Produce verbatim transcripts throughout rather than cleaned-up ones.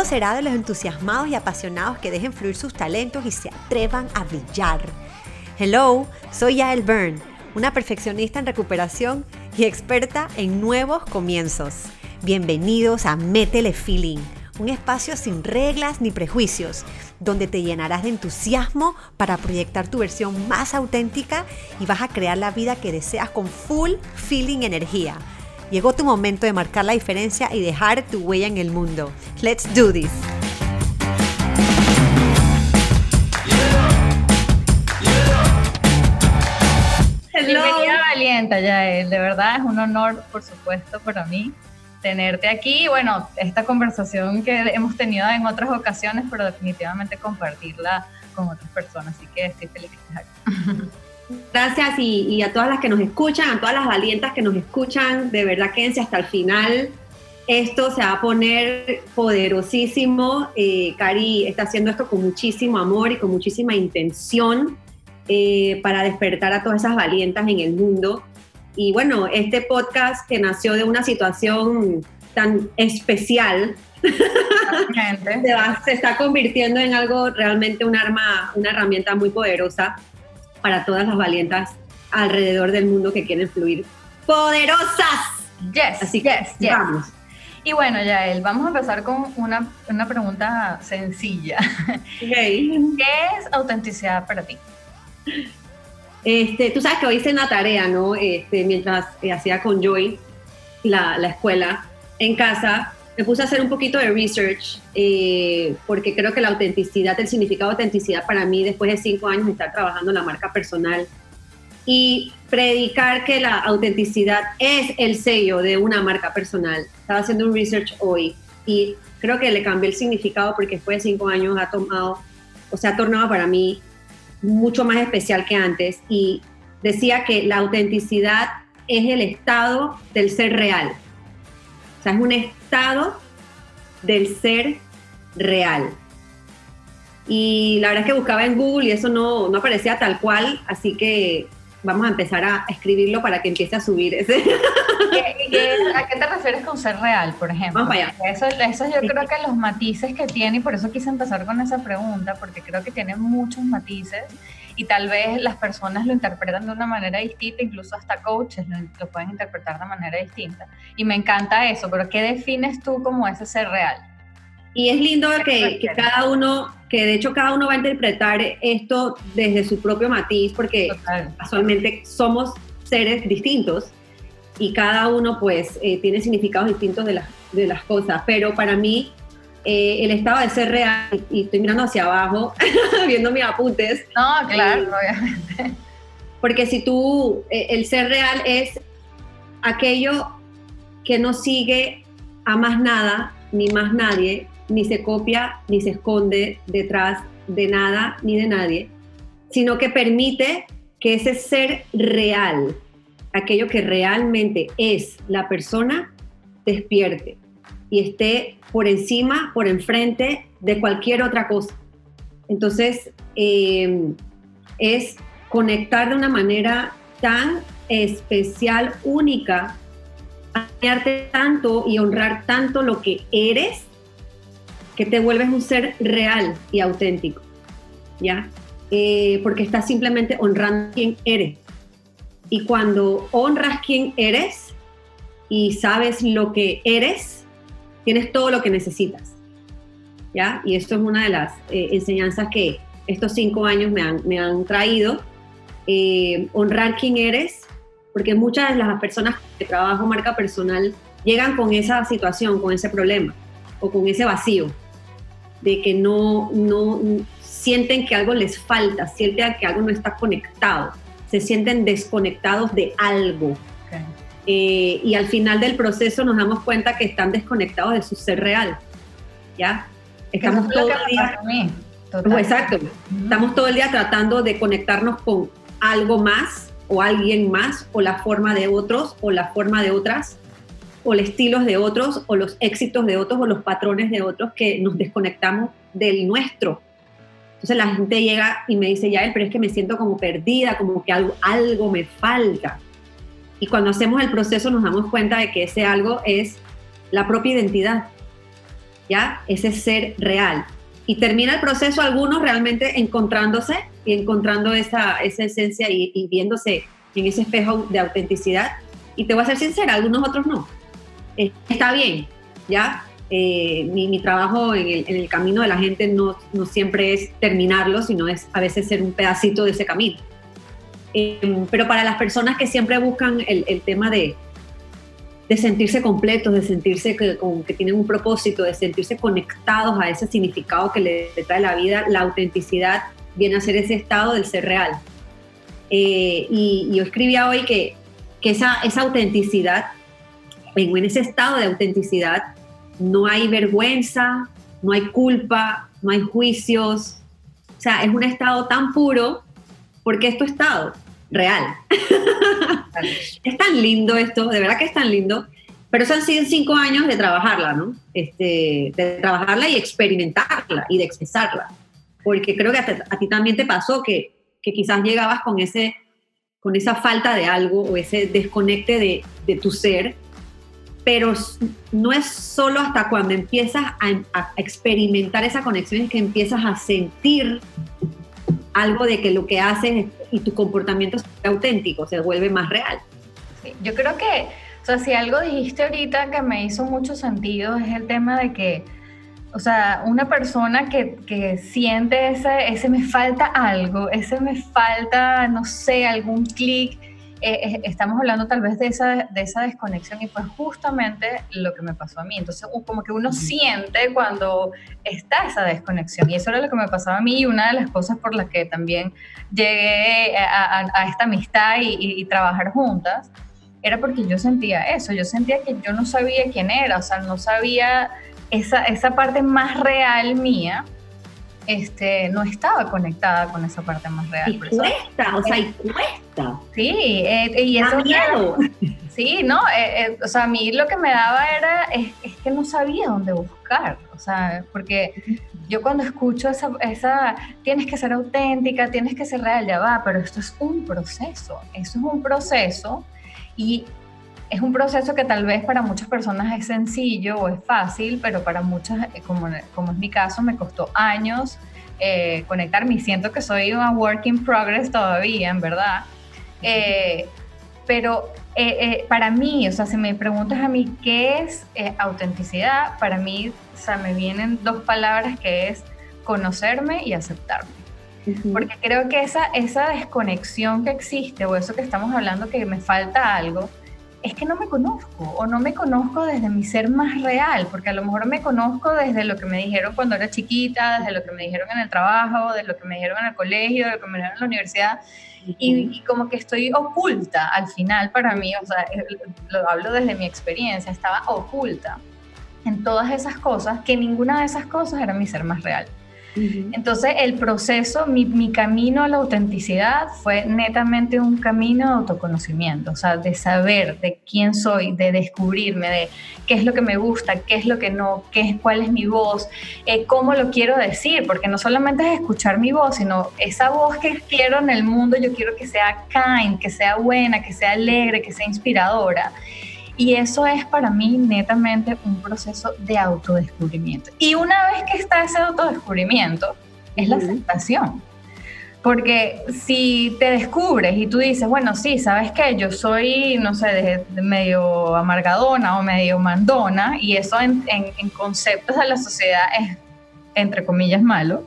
mundo será de los entusiasmados y apasionados que dejen fluir sus talentos y se atrevan a brillar. Hello, soy Yael Byrne, una perfeccionista en recuperación y experta en nuevos comienzos. Bienvenidos a Métele Feeling, un espacio sin reglas ni prejuicios, donde te llenarás de entusiasmo para proyectar tu versión más auténtica y vas a crear la vida que deseas con full feeling energía. Llegó tu momento de marcar la diferencia y dejar tu huella en el mundo. Let's do this. Bienvenida, Valienta, Yael. De verdad es un honor, por supuesto, para mí tenerte aquí. Bueno, esta conversación que hemos tenido en otras ocasiones, pero definitivamente compartirla con otras personas. Así que estoy feliz de estar aquí. Gracias y, y a todas las que nos escuchan, a todas las valientas que nos escuchan, de verdad quédense hasta el final. Esto se va a poner poderosísimo. Eh, Cari está haciendo esto con muchísimo amor y con muchísima intención eh, para despertar a todas esas valientas en el mundo. Y bueno, este podcast que nació de una situación tan especial se, va, se está convirtiendo en algo realmente un arma, una herramienta muy poderosa para todas las valientas alrededor del mundo que quieren fluir ¡poderosas! Yes, Así que yes, yes. Vamos. Y bueno, Yael, vamos a empezar con una, una pregunta sencilla. Okay. ¿Qué es autenticidad para ti? Este, tú sabes que hoy hice una tarea, ¿no? Este, mientras eh, hacía con Joy la, la escuela en casa, me puse a hacer un poquito de research eh, porque creo que la autenticidad, el significado de autenticidad para mí después de cinco años de estar trabajando en la marca personal y predicar que la autenticidad es el sello de una marca personal. Estaba haciendo un research hoy y creo que le cambié el significado porque después de cinco años ha tomado, o sea, ha tornado para mí mucho más especial que antes y decía que la autenticidad es el estado del ser real. O sea, es un estado del ser real. Y la verdad es que buscaba en Google y eso no, no aparecía tal cual, así que vamos a empezar a escribirlo para que empiece a subir ese. ¿A qué te refieres con ser real, por ejemplo? Vamos allá. Eso, eso yo creo que los matices que tiene, y por eso quise empezar con esa pregunta, porque creo que tiene muchos matices y tal vez las personas lo interpretan de una manera distinta, incluso hasta coaches lo, lo pueden interpretar de manera distinta. Y me encanta eso, pero ¿qué defines tú como ese ser real? Y es lindo que, que cada uno, que de hecho cada uno va a interpretar esto desde su propio matiz, porque Total. Casualmente somos seres distintos y cada uno pues eh, tiene significados distintos de las, de las cosas, pero para mí eh, el estado de ser real, y estoy mirando hacia abajo, viendo mis apuntes. No, claro, eh, obviamente. Porque si tú, eh, el ser real es aquello que no sigue a más nada, ni más nadie, ni se copia, ni se esconde detrás de nada, ni de nadie, sino que permite que ese ser real, aquello que realmente es la persona, despierte y esté por encima, por enfrente de cualquier otra cosa. Entonces, eh, es conectar de una manera tan especial, única, amarte tanto y honrar tanto lo que eres, que te vuelves un ser real y auténtico, ¿ya? Eh, porque estás simplemente honrando quién eres. Y cuando honras quién eres y sabes lo que eres, tienes todo lo que necesitas, ¿ya? Y esto es una de las eh, enseñanzas que estos cinco años me han, me han traído. Eh, honrar quién eres, porque muchas de las personas que trabajan marca personal llegan con esa situación, con ese problema o con ese vacío de que no, no sienten que algo les falta, sienten que algo no está conectado, se sienten desconectados de algo. Okay. Eh, y al final del proceso nos damos cuenta que están desconectados de su ser real, ¿ya? Estamos todo el día... Oh, exacto. Uh-huh. Estamos todo el día tratando de conectarnos con algo más o alguien más o la forma de otros o la forma de otras o los estilos de otros o los éxitos de otros o los patrones de otros, que nos desconectamos del nuestro. Entonces la gente llega y me dice, Yael, pero es que me siento como perdida, como que algo, algo me falta. Y cuando hacemos el proceso nos damos cuenta de que ese algo es la propia identidad. ¿ya? Ese ser real. Y termina el proceso algunos realmente encontrándose y encontrando esa, esa esencia y, y viéndose en ese espejo de autenticidad. Y te voy a ser sincera, algunos otros no. Eh, está bien, ¿ya? Eh, mi, mi trabajo en el, en el camino de la gente no, no siempre es terminarlo, sino es a veces ser un pedacito de ese camino. Eh, pero para las personas que siempre buscan el, el tema de, de sentirse completos, de sentirse que, como que tienen un propósito, de sentirse conectados a ese significado que le, le trae la vida, la autenticidad viene a ser ese estado del ser real. Eh, y, y yo escribía hoy que, que esa, esa autenticidad, en, en ese estado de autenticidad, no hay vergüenza, no hay culpa, no hay juicios. O sea, es un estado tan puro porque es tu estado real. Es tan lindo esto, de verdad que es tan lindo, pero eso han sido cinco años de trabajarla, ¿no? Este, de trabajarla y experimentarla y de expresarla. Porque creo que a, te, a ti también te pasó que, que quizás llegabas con, ese, con esa falta de algo o ese desconecte de, de tu ser, pero no es solo hasta cuando empiezas a, a experimentar esa conexión es que empiezas a sentir algo de que lo que haces y tu comportamiento es auténtico, se vuelve más real. Sí, yo creo que, o sea, si algo dijiste ahorita que me hizo mucho sentido es el tema de que, o sea, una persona que, que siente ese, ese me falta algo, ese me falta, no sé, algún clic, eh, eh, estamos hablando tal vez de esa, de esa desconexión y fue justamente lo que me pasó a mí. Entonces, como que uno siente cuando está esa desconexión y eso era lo que me pasaba a mí y una de las cosas por las que también llegué a, a, a esta amistad y, y, y trabajar juntas era porque yo sentía eso, yo sentía que yo no sabía quién era, o sea, no sabía esa, esa parte más real mía. Este, no estaba conectada con esa parte más real. Y cuesta, o sea, y cuesta. Sí, eh, y eso... Da miedo. Sí, no, eh, eh, o sea, a mí lo que me daba era, es, es que no sabía dónde buscar, o sea, porque yo cuando escucho esa, esa, tienes que ser auténtica, tienes que ser real, ya va, pero esto es un proceso, eso es un proceso y es un proceso que tal vez para muchas personas es sencillo o es fácil, pero para muchas, como, como es mi caso, me costó años eh, conectarme y siento que soy una work in progress todavía, en verdad. Eh, pero eh, eh, para mí, o sea, si me preguntas a mí qué es eh, autenticidad, para mí, o sea, me vienen dos palabras que es conocerme y aceptarme. Uh-huh. Porque creo que esa, esa desconexión que existe o eso que estamos hablando que me falta algo, es que no me conozco o no me conozco desde mi ser más real, porque a lo mejor me conozco desde lo que me dijeron cuando era chiquita, desde lo que me dijeron en el trabajo, desde lo que me dijeron en el colegio, de lo que me dijeron en la universidad, uh-huh. y, y como que estoy oculta al final para mí, o sea, lo hablo desde mi experiencia, estaba oculta en todas esas cosas, que ninguna de esas cosas era mi ser más real. Uh-huh. Entonces el proceso, mi, mi camino a la autenticidad fue netamente un camino de autoconocimiento, o sea, de saber de quién soy, de descubrirme, de qué es lo que me gusta, qué es lo que no, qué es, cuál es mi voz, eh, cómo lo quiero decir, porque no solamente es escuchar mi voz, sino esa voz que quiero en el mundo, yo quiero que sea kind, que sea buena, que sea alegre, que sea inspiradora. Y eso es para mí netamente un proceso de autodescubrimiento. Y una vez que está ese autodescubrimiento, es la aceptación. Porque si te descubres y tú dices, bueno, sí, ¿sabes qué? Yo soy, no sé, de, de medio amargadona o medio mandona, y eso en, en, en conceptos de la sociedad es, entre comillas, malo.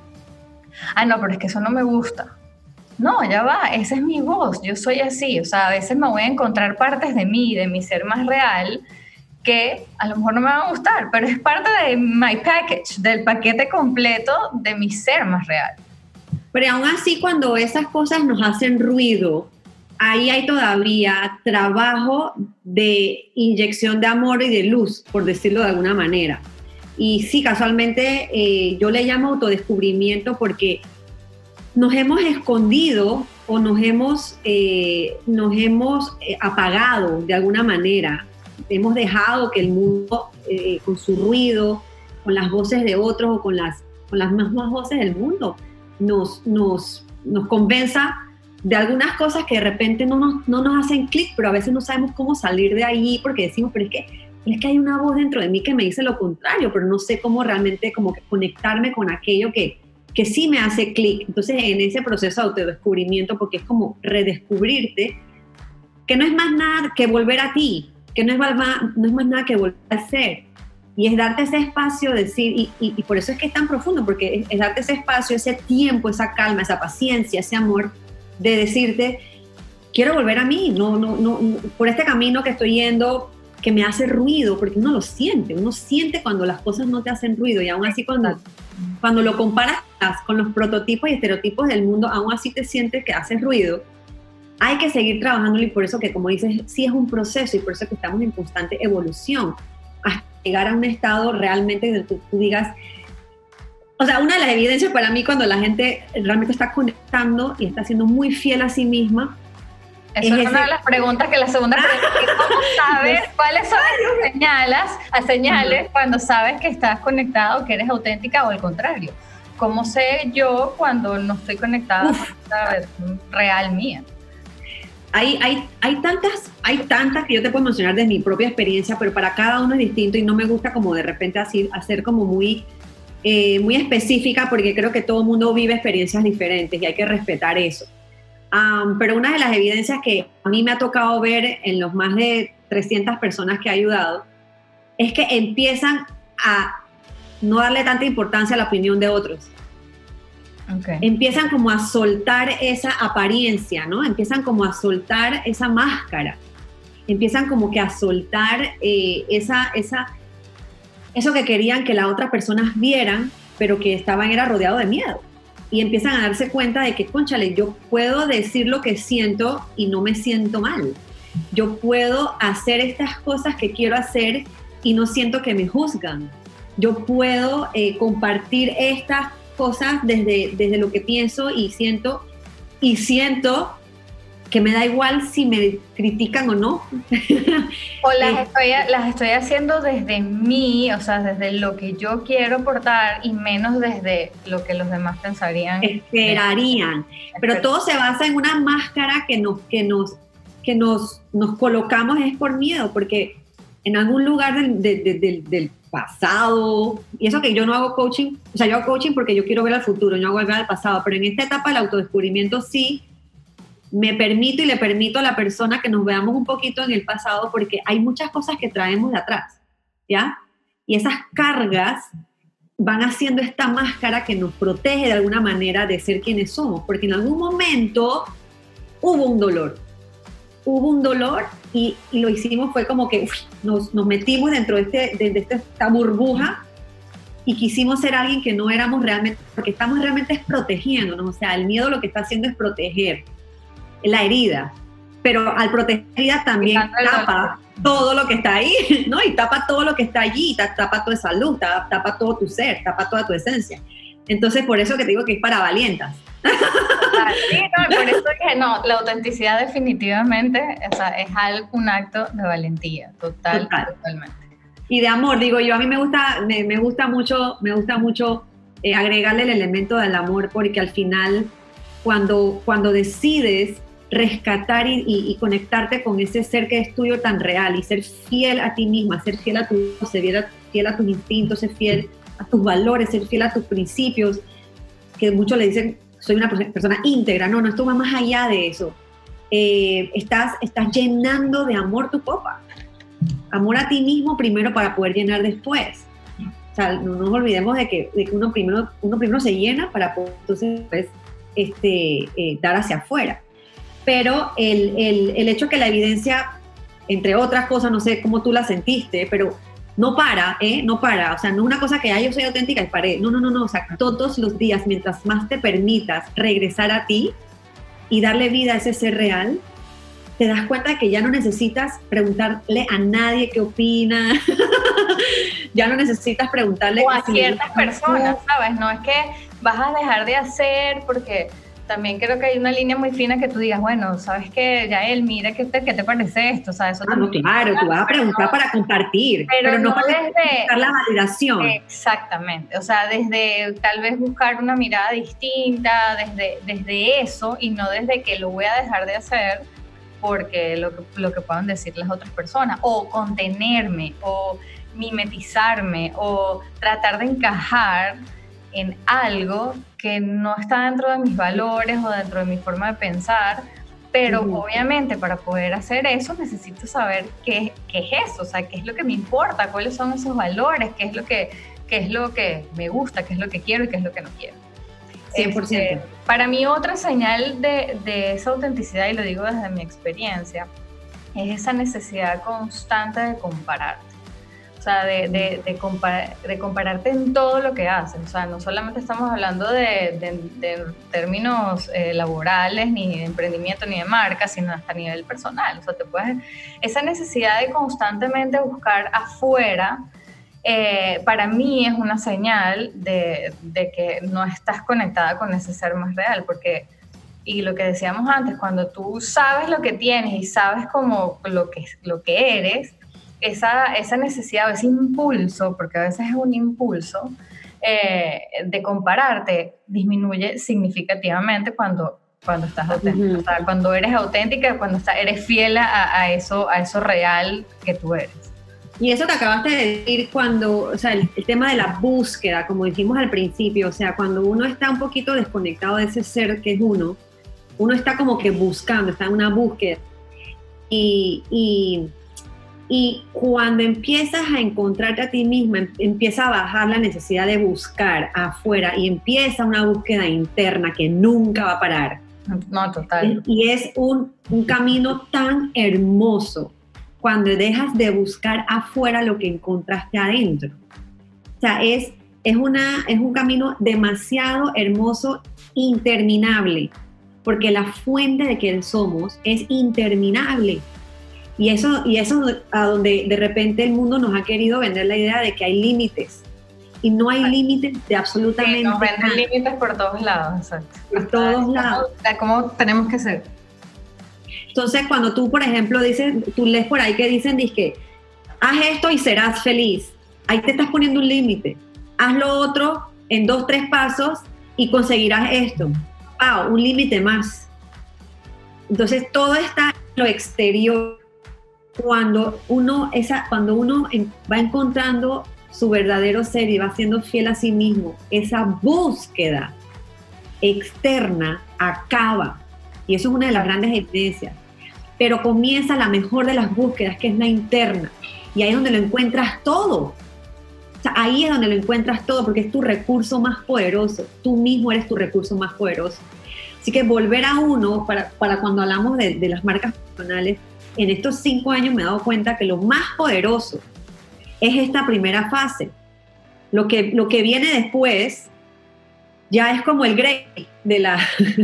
Ah, no, pero es que eso no me gusta. No, ya va, esa es mi voz, yo soy así, o sea, a veces me voy a encontrar partes de mí, de mi ser más real, que a lo mejor no me van a gustar, pero es parte de my package, del paquete completo de mi ser más real. Pero aún así, cuando esas cosas nos hacen ruido, ahí hay todavía trabajo de inyección de amor y de luz, por decirlo de alguna manera. Y sí, casualmente eh, yo le llamo autodescubrimiento porque nos hemos escondido o nos hemos, eh, nos hemos eh, apagado de alguna manera. Hemos dejado que el mundo, eh, con su ruido, con las voces de otros o con las, con las mismas voces del mundo, nos, nos, nos convenza de algunas cosas que de repente no nos, no nos hacen clic, pero a veces no sabemos cómo salir de ahí porque decimos, pero es que es que hay una voz dentro de mí que me dice lo contrario, pero no sé cómo realmente como que conectarme con aquello que, que sí me hace clic. Entonces, en ese proceso de autodescubrimiento, porque es como redescubrirte, que no es más nada que volver a ti, que no es más, no es más nada que volver a ser. Y es darte ese espacio, decir, y, y, y por eso es que es tan profundo, porque es, es darte ese espacio, ese tiempo, esa calma, esa paciencia, ese amor, de decirte, quiero volver a mí, no, no, no, no, por este camino que estoy yendo, que me hace ruido, porque uno lo siente, uno siente cuando las cosas no te hacen ruido, y aún así cuando, cuando lo comparas con los prototipos y estereotipos del mundo, aún así te sientes que haces ruido. Hay que seguir trabajándolo, y por eso que, como dices, sí es un proceso, y por eso que estamos en constante evolución, hasta llegar a un estado realmente donde tú, tú digas, o sea, una de las evidencias para mí cuando la gente realmente está conectando y está siendo muy fiel a sí misma. Eso es, es una ese... de las preguntas que la segunda pregunta es ¿cómo sabes cuáles son las señales, las señales cuando sabes que estás conectado, que eres auténtica, o al contrario? ¿Cómo sé yo cuando no estoy conectada con esta real mía? Hay, hay, hay, tantas, hay tantas que yo te puedo mencionar de mi propia experiencia, pero para cada uno es distinto, y no me gusta como de repente así, hacer como muy, eh, muy específica, porque creo que todo el mundo vive experiencias diferentes y hay que respetar eso. Um, pero una de las evidencias que a mí me ha tocado ver en los más de trescientas personas que he ayudado es que empiezan a no darle tanta importancia a la opinión de otros. Okay. Empiezan como a soltar esa apariencia, ¿no? Empiezan como a soltar esa máscara. Empiezan como que a soltar eh, esa, esa, eso que querían que las otras personas vieran, pero que estaban era rodeado de miedo. Y empiezan a darse cuenta de que, cónchale, yo puedo decir lo que siento y no me siento mal. Yo puedo hacer estas cosas que quiero hacer y no siento que me juzgan. Yo puedo eh, compartir estas cosas desde, desde lo que pienso y siento, y siento que me da igual si me critican o no. O las, estoy, las estoy haciendo desde mí, o sea, desde lo que yo quiero aportar, y menos desde lo que los demás pensarían. Esperarían. Pero todo se basa en una máscara que nos, que nos, que nos, nos colocamos es por miedo, porque en algún lugar del, del, del, del pasado, y eso que yo no hago coaching, o sea, yo hago coaching porque yo quiero ver al futuro, yo hago ver al pasado, pero en esta etapa del autodescubrimiento sí me permito y le permito a la persona que nos veamos un poquito en el pasado, porque hay muchas cosas que traemos de atrás, ¿ya? Y esas cargas van haciendo esta máscara que nos protege de alguna manera de ser quienes somos, porque en algún momento hubo un dolor, hubo un dolor y, y lo hicimos, fue como que uf, nos, nos metimos dentro de, este, de, de esta burbuja y quisimos ser alguien que no éramos realmente, porque estamos realmente protegiéndonos, o sea, el miedo lo que está haciendo es proteger la herida, pero al proteger la herida también tapa todo lo que está ahí, ¿no? Y tapa todo lo que está allí, tapa toda esa luz, tapa, tapa todo tu ser, tapa toda tu esencia. Entonces, por eso que te digo que es para valientas. Sí, no, por eso dije, no, la autenticidad definitivamente, o sea, es algo, un acto de valentía, total, total. Totalmente. Y de amor, digo yo, a mí me gusta, me, me gusta mucho, me gusta mucho eh, agregarle el elemento del amor, porque al final, cuando, cuando decides rescatar y, y, y conectarte con ese ser que es tuyo tan real y ser fiel a ti misma, ser fiel a tu ser fiel a, fiel a tus instintos, ser fiel a tus valores, ser fiel a tus principios, que muchos le dicen, soy una persona íntegra. No, no, esto va más allá de eso. Eh, estás, estás llenando de amor tu copa. Amor a ti mismo primero para poder llenar después. O sea, no nos olvidemos de que, de que uno, primero, uno primero se llena para poder entonces después este, eh, dar hacia afuera. Pero el, el, el hecho que la evidencia, entre otras cosas, no sé cómo tú la sentiste, pero no para, ¿eh? No para. O sea, no una cosa que, ay, yo soy auténtica y paré. No, no, no, no. O sea, todos los días, mientras más te permitas regresar a ti y darle vida a ese ser real, te das cuenta de que ya no necesitas preguntarle a nadie qué opina. Ya no necesitas preguntarle... O a ciertas personas, ¿sabes? No es que vas a dejar de hacer porque... También creo que hay una línea muy fina que tú digas, bueno, ¿sabes qué? Yael, mira, ¿qué te, qué te parece esto? O sea, eso ah, no, claro, tú vas a preguntar no, para compartir, pero, pero no, no para desde, buscar la validación. Exactamente, o sea, desde tal vez buscar una mirada distinta, desde, desde eso, y no desde que lo voy a dejar de hacer porque lo que, lo que puedan decir las otras personas, o contenerme, o mimetizarme, o tratar de encajar en algo que no está dentro de mis valores o dentro de mi forma de pensar, pero uh-huh. obviamente para poder hacer eso necesito saber qué, qué es eso, o sea, qué es lo que me importa, cuáles son esos valores, qué es lo que, qué es lo que me gusta, qué es lo que quiero y qué es lo que no quiero. cien por ciento. Este, para mí otra señal de, de esa autenticidad, y lo digo desde mi experiencia, es esa necesidad constante de compararte. O sea, de, de, de, compar, de compararte en todo lo que haces. O sea, no solamente estamos hablando de, de, de términos eh, laborales, ni de emprendimiento, ni de marca, sino hasta a nivel personal. O sea, te puedes, esa necesidad de constantemente buscar afuera, eh, para mí es una señal de, de que no estás conectada con ese ser más real, porque, y lo que decíamos antes, cuando tú sabes lo que tienes y sabes como lo que, lo que eres, Esa, esa necesidad, ese impulso, porque a veces es un impulso, eh, de compararte, disminuye significativamente cuando, cuando estás auténtica. Uh-huh. O sea, cuando eres auténtica, cuando estás, eres fiel a, a, eso, a eso real que tú eres. Y eso que acabaste de decir, cuando, o sea, el, el tema de la búsqueda, como dijimos al principio, o sea, cuando uno está un poquito desconectado de ese ser que es uno, uno está como que buscando, está en una búsqueda. Y... y Y cuando empiezas a encontrarte a ti misma, empieza a bajar la necesidad de buscar afuera y empieza una búsqueda interna que nunca va a parar. No, total. Y es un, un camino tan hermoso cuando dejas de buscar afuera lo que encontraste adentro. O sea, es, es, una, es un camino demasiado hermoso, interminable, porque la fuente de quien somos es interminable. Y eso, y eso a donde de repente el mundo nos ha querido vender la idea de que hay límites. Y no hay límites de absolutamente nada. Sí, nos venden nada. límites por todos lados, exacto. Por todos lados. ¿Cómo tenemos que ser? Entonces, cuando tú, por ejemplo, dices, tú lees por ahí que dicen, dizque, haz esto y serás feliz. Ahí te estás poniendo un límite. Haz lo otro en dos, tres pasos y conseguirás esto. Wow, un límite más. Entonces, todo está en lo exterior. Cuando uno, esa, cuando uno en, va encontrando su verdadero ser y va siendo fiel a sí mismo, esa búsqueda externa acaba. Y eso es una de las grandes evidencias. Pero comienza la mejor de las búsquedas, que es la interna. Y ahí es donde lo encuentras todo. O sea, ahí es donde lo encuentras todo, porque es tu recurso más poderoso. Tú mismo eres tu recurso más poderoso. Así que volver a uno, para, para cuando hablamos de, de las marcas personales, en estos cinco años me he dado cuenta que lo más poderoso es esta primera fase. Lo que, lo que viene después ya es como el gravy de la...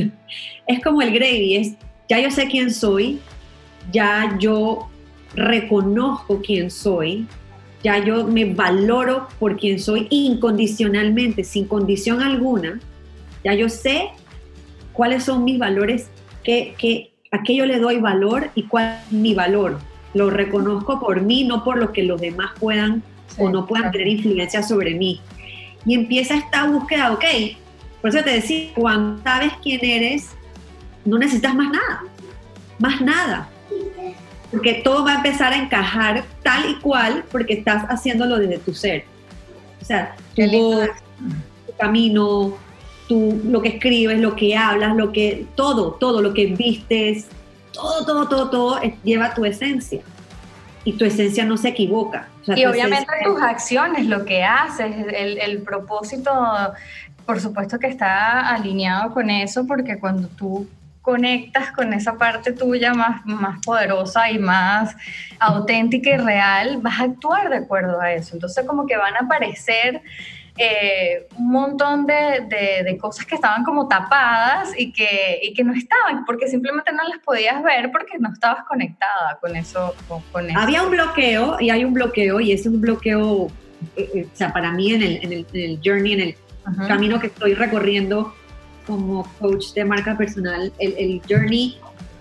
es como el gravy, es ya yo sé quién soy, ya yo reconozco quién soy, ya yo me valoro por quién soy incondicionalmente, sin condición alguna, ya yo sé cuáles son mis valores, que, que a qué yo le doy valor y cuál es mi valor. Lo reconozco por mí, no por lo que los demás puedan sí, o no puedan claro. tener influencia sobre mí. Y empieza esta búsqueda, ok, por eso te decía, cuando sabes quién eres, no necesitas más nada, más nada. Porque todo va a empezar a encajar tal y cual porque estás haciéndolo desde tu ser. O sea, tu voz, tu camino, tú, lo que escribes, lo que hablas, lo que, todo, todo, lo que vistes, todo, todo, todo, todo es, lleva tu esencia. Y tu esencia no se equivoca. O sea, y tu obviamente esencia, tus acciones, lo que haces, el, el propósito, por supuesto que está alineado con eso, porque cuando tú conectas con esa parte tuya más, más poderosa y más auténtica y real, vas a actuar de acuerdo a eso. Entonces como que van a aparecer Eh, un montón de, de, de cosas que estaban como tapadas y que, y que no estaban, porque simplemente no las podías ver porque no estabas conectada con eso, con, con eso. Había un bloqueo, y hay un bloqueo, y ese es un bloqueo, eh, eh, o sea, para mí en el, en el, en el journey, en el uh-huh. camino que estoy recorriendo como coach de marca personal, el, el journey,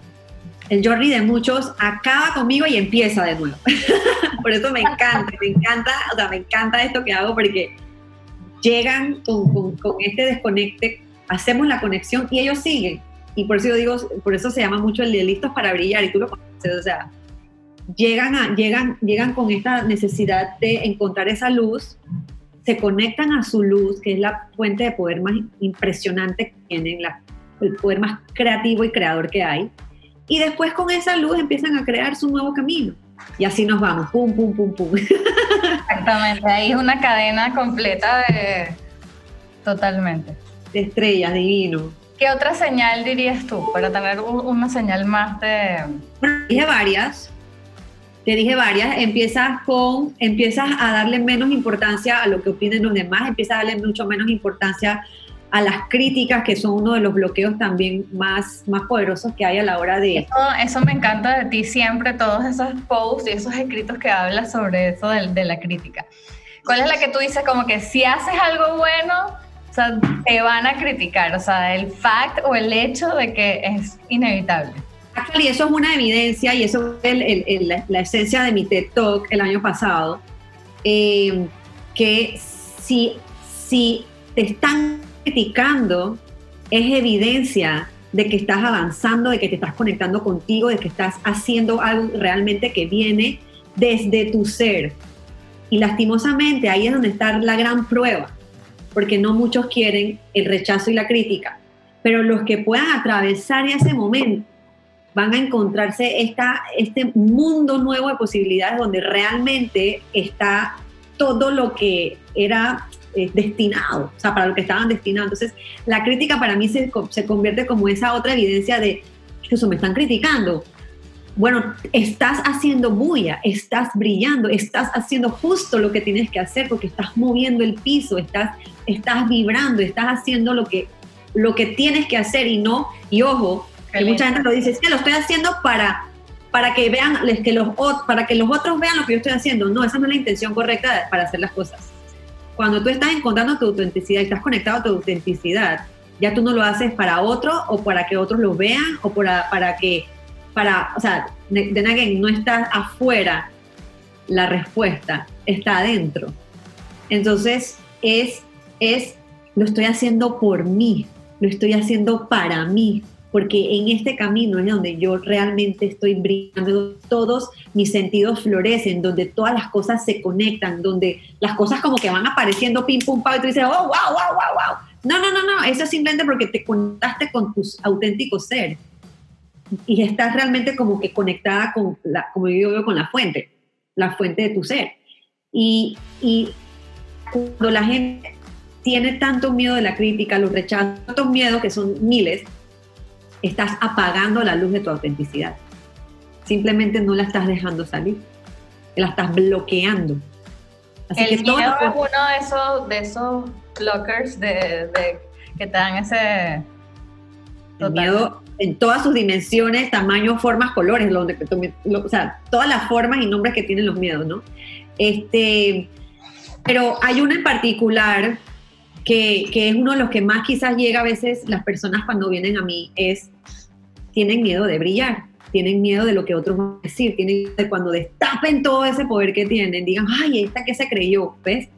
el journey de muchos acaba conmigo y empieza de nuevo. Por eso me encanta, me encanta, o sea, me encanta esto que hago, porque llegan con, con, con este desconecte, hacemos la conexión y ellos siguen. y por eso yo digo, por eso se llama mucho el de listos para brillar, y tú lo conoces, o sea, llegan, a, llegan, llegan con esta necesidad de encontrar esa luz, se conectan a su luz, que es la fuente de poder más impresionante que tienen, la, el poder más creativo y creador que hay, y después con esa luz empiezan a crear su nuevo camino. Y así nos vamos, pum, pum, pum, pum. Exactamente, ahí es una cadena completa de... Totalmente. De estrellas, divino. ¿Qué otra señal dirías tú para tener un, una señal más de...? Bueno, te dije varias, te dije varias, empiezas con, empiezas a darle menos importancia a lo que opinen los demás, empiezas a darle mucho menos importancia a las críticas, que son uno de los bloqueos también más, más poderosos que hay a la hora de... Eso, eso me encanta de ti siempre, todos esos posts y esos escritos que hablas sobre eso de, de la crítica. ¿Cuál es la que tú dices como que si haces algo bueno, o sea, te van a criticar? O sea, el fact o el hecho de que es inevitable. Y eso es una evidencia, y eso es el, el, el, la, la esencia de mi TED Talk el año pasado, eh, que si, si te están criticando, es evidencia de que estás avanzando, de que te estás conectando contigo, de que estás haciendo algo realmente que viene desde tu ser. Y lastimosamente ahí es donde está la gran prueba, porque no muchos quieren el rechazo y la crítica, pero los que puedan atravesar ese momento van a encontrarse esta, este mundo nuevo de posibilidades donde realmente está todo lo que era eh, destinado, o sea, para lo que estaban destinados. Entonces, la crítica para mí se, se convierte como esa otra evidencia de, eso me están criticando. Bueno, estás haciendo bulla, estás brillando, estás haciendo justo lo que tienes que hacer porque estás moviendo el piso, estás, estás vibrando, estás haciendo lo que, lo que tienes que hacer y no, y ojo, que mucha gente lo dice, es que lo estoy haciendo para, para, que vean, que los, para que los otros vean lo que yo estoy haciendo. No, esa no es la intención correcta para hacer las cosas. Cuando tú estás encontrando tu autenticidad y estás conectado a tu autenticidad, ya tú no lo haces para otro o para que otros lo vean o para, para que, para, o sea, de, de again, no está afuera la respuesta, está adentro. Entonces, es, es, lo estoy haciendo por mí, lo estoy haciendo para mí, porque en este camino es donde yo realmente estoy brillando, todos mis sentidos florecen, donde todas las cosas se conectan, donde las cosas como que van apareciendo pim, pum, pam, y tú dices, oh, wow, wow, wow, wow. No, no, no, no, eso es simplemente porque te conectaste con tu auténtico ser y estás realmente como que conectada con, la, como yo veo, con la fuente, la fuente de tu ser. Y, y cuando la gente tiene tanto miedo de la crítica, los rechazos, tantos miedos que son miles, estás apagando la luz de tu autenticidad. Simplemente no la estás dejando salir, la estás bloqueando. Así el que miedo todo es uno de esos, de esos blockers de, de, que te dan ese... El miedo en todas sus dimensiones, tamaños, formas, colores, lo, lo, o sea, todas las formas y nombres que tienen los miedos, ¿no? Este, pero hay uno en particular que, que es uno de los que más quizás llega a veces las personas cuando vienen a mí, es, tienen miedo de brillar, tienen miedo de lo que otros van a decir, tienen miedo de cuando destapen todo ese poder que tienen, digan, ay, ¿esta qué se creyó? ¿Ves?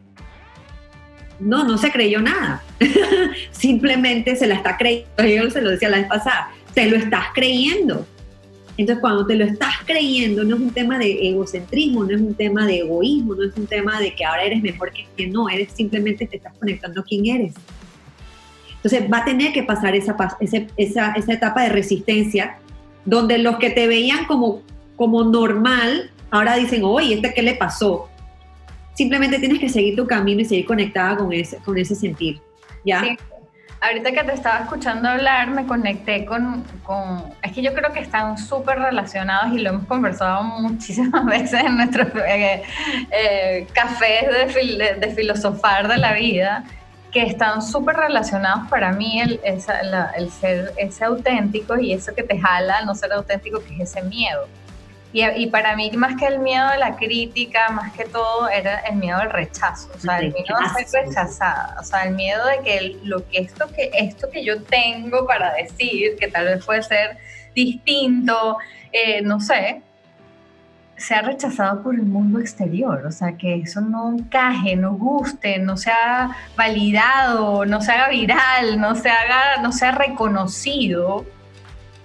No, no se creyó nada. Simplemente se la está creyendo. Yo se lo decía la vez pasada. Te lo estás creyendo. Entonces, cuando te lo estás creyendo, no es un tema de egocentrismo, no es un tema de egoísmo, no es un tema de que ahora eres mejor que que no, eres simplemente te estás conectando a quién eres. Entonces, va a tener que pasar esa, esa, esa, esa etapa de resistencia, donde los que te veían como, como normal, ahora dicen, oye, ¿este qué le pasó? Simplemente tienes que seguir tu camino y seguir conectada con ese, con ese sentir, ¿ya? Sí. Ahorita que te estaba escuchando hablar, me conecté con... con es que yo creo que están súper relacionados y lo hemos conversado muchísimas veces en nuestros eh, eh, cafés de, fil, de, de filosofar de la vida, que están súper relacionados para mí el, esa, la, el ser ese auténtico y eso que te jala al no ser auténtico, que es ese miedo. Y, y para mí, más que el miedo de la crítica, más que todo, era el miedo al rechazo. O sea, el miedo a ser rechazada. O sea, el miedo de que, lo que, esto, que esto que yo tengo para decir, que tal vez puede ser distinto, eh, no sé, sea rechazado por el mundo exterior. O sea, que eso no encaje, no guste, no sea validado, no se haga viral, no se haga, no sea reconocido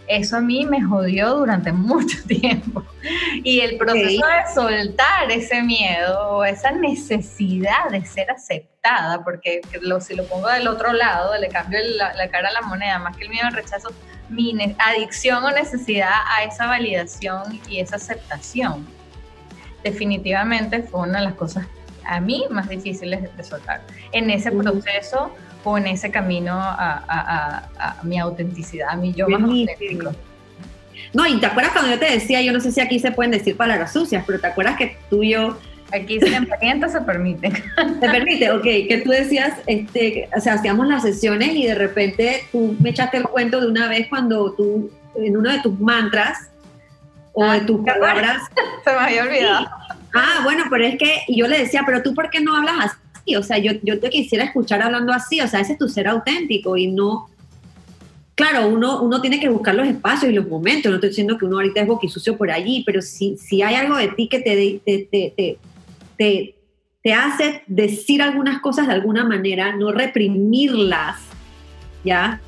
eso a mí me jodió durante mucho tiempo. Y el proceso okay. de soltar ese miedo, esa necesidad de ser aceptada, porque lo, si lo pongo del otro lado, le cambio la, la cara a la moneda, más que el miedo al rechazo, mi ne- adicción o necesidad a esa validación y esa aceptación, definitivamente fue una de las cosas a mí más difíciles de soltar. En ese uh-huh. proceso o en ese camino a, a, a, a mi autenticidad, a mi yo más auténtico. No, y ¿te acuerdas cuando yo te decía, yo no sé si aquí se pueden decir palabras sucias, pero ¿te acuerdas que tú y yo... Aquí en Parienta se permite. ¿Te permite? Ok, que tú decías, este, o sea, hacíamos las sesiones y de repente tú me echaste el cuento de una vez cuando tú, en uno de tus mantras, o ah, de tus palabras... Se me había olvidado. Sí. Ah, bueno, pero es que yo le decía, pero tú ¿por qué no hablas así? O sea, yo, yo te quisiera escuchar hablando así, o sea, ese es tu ser auténtico y no... Claro, uno, uno tiene que buscar los espacios y los momentos, no estoy diciendo que uno ahorita es boquisucio por allí, pero si, si hay algo de ti que te, te, te, te, te, te hace decir algunas cosas de alguna manera, no reprimirlas, ¿ya?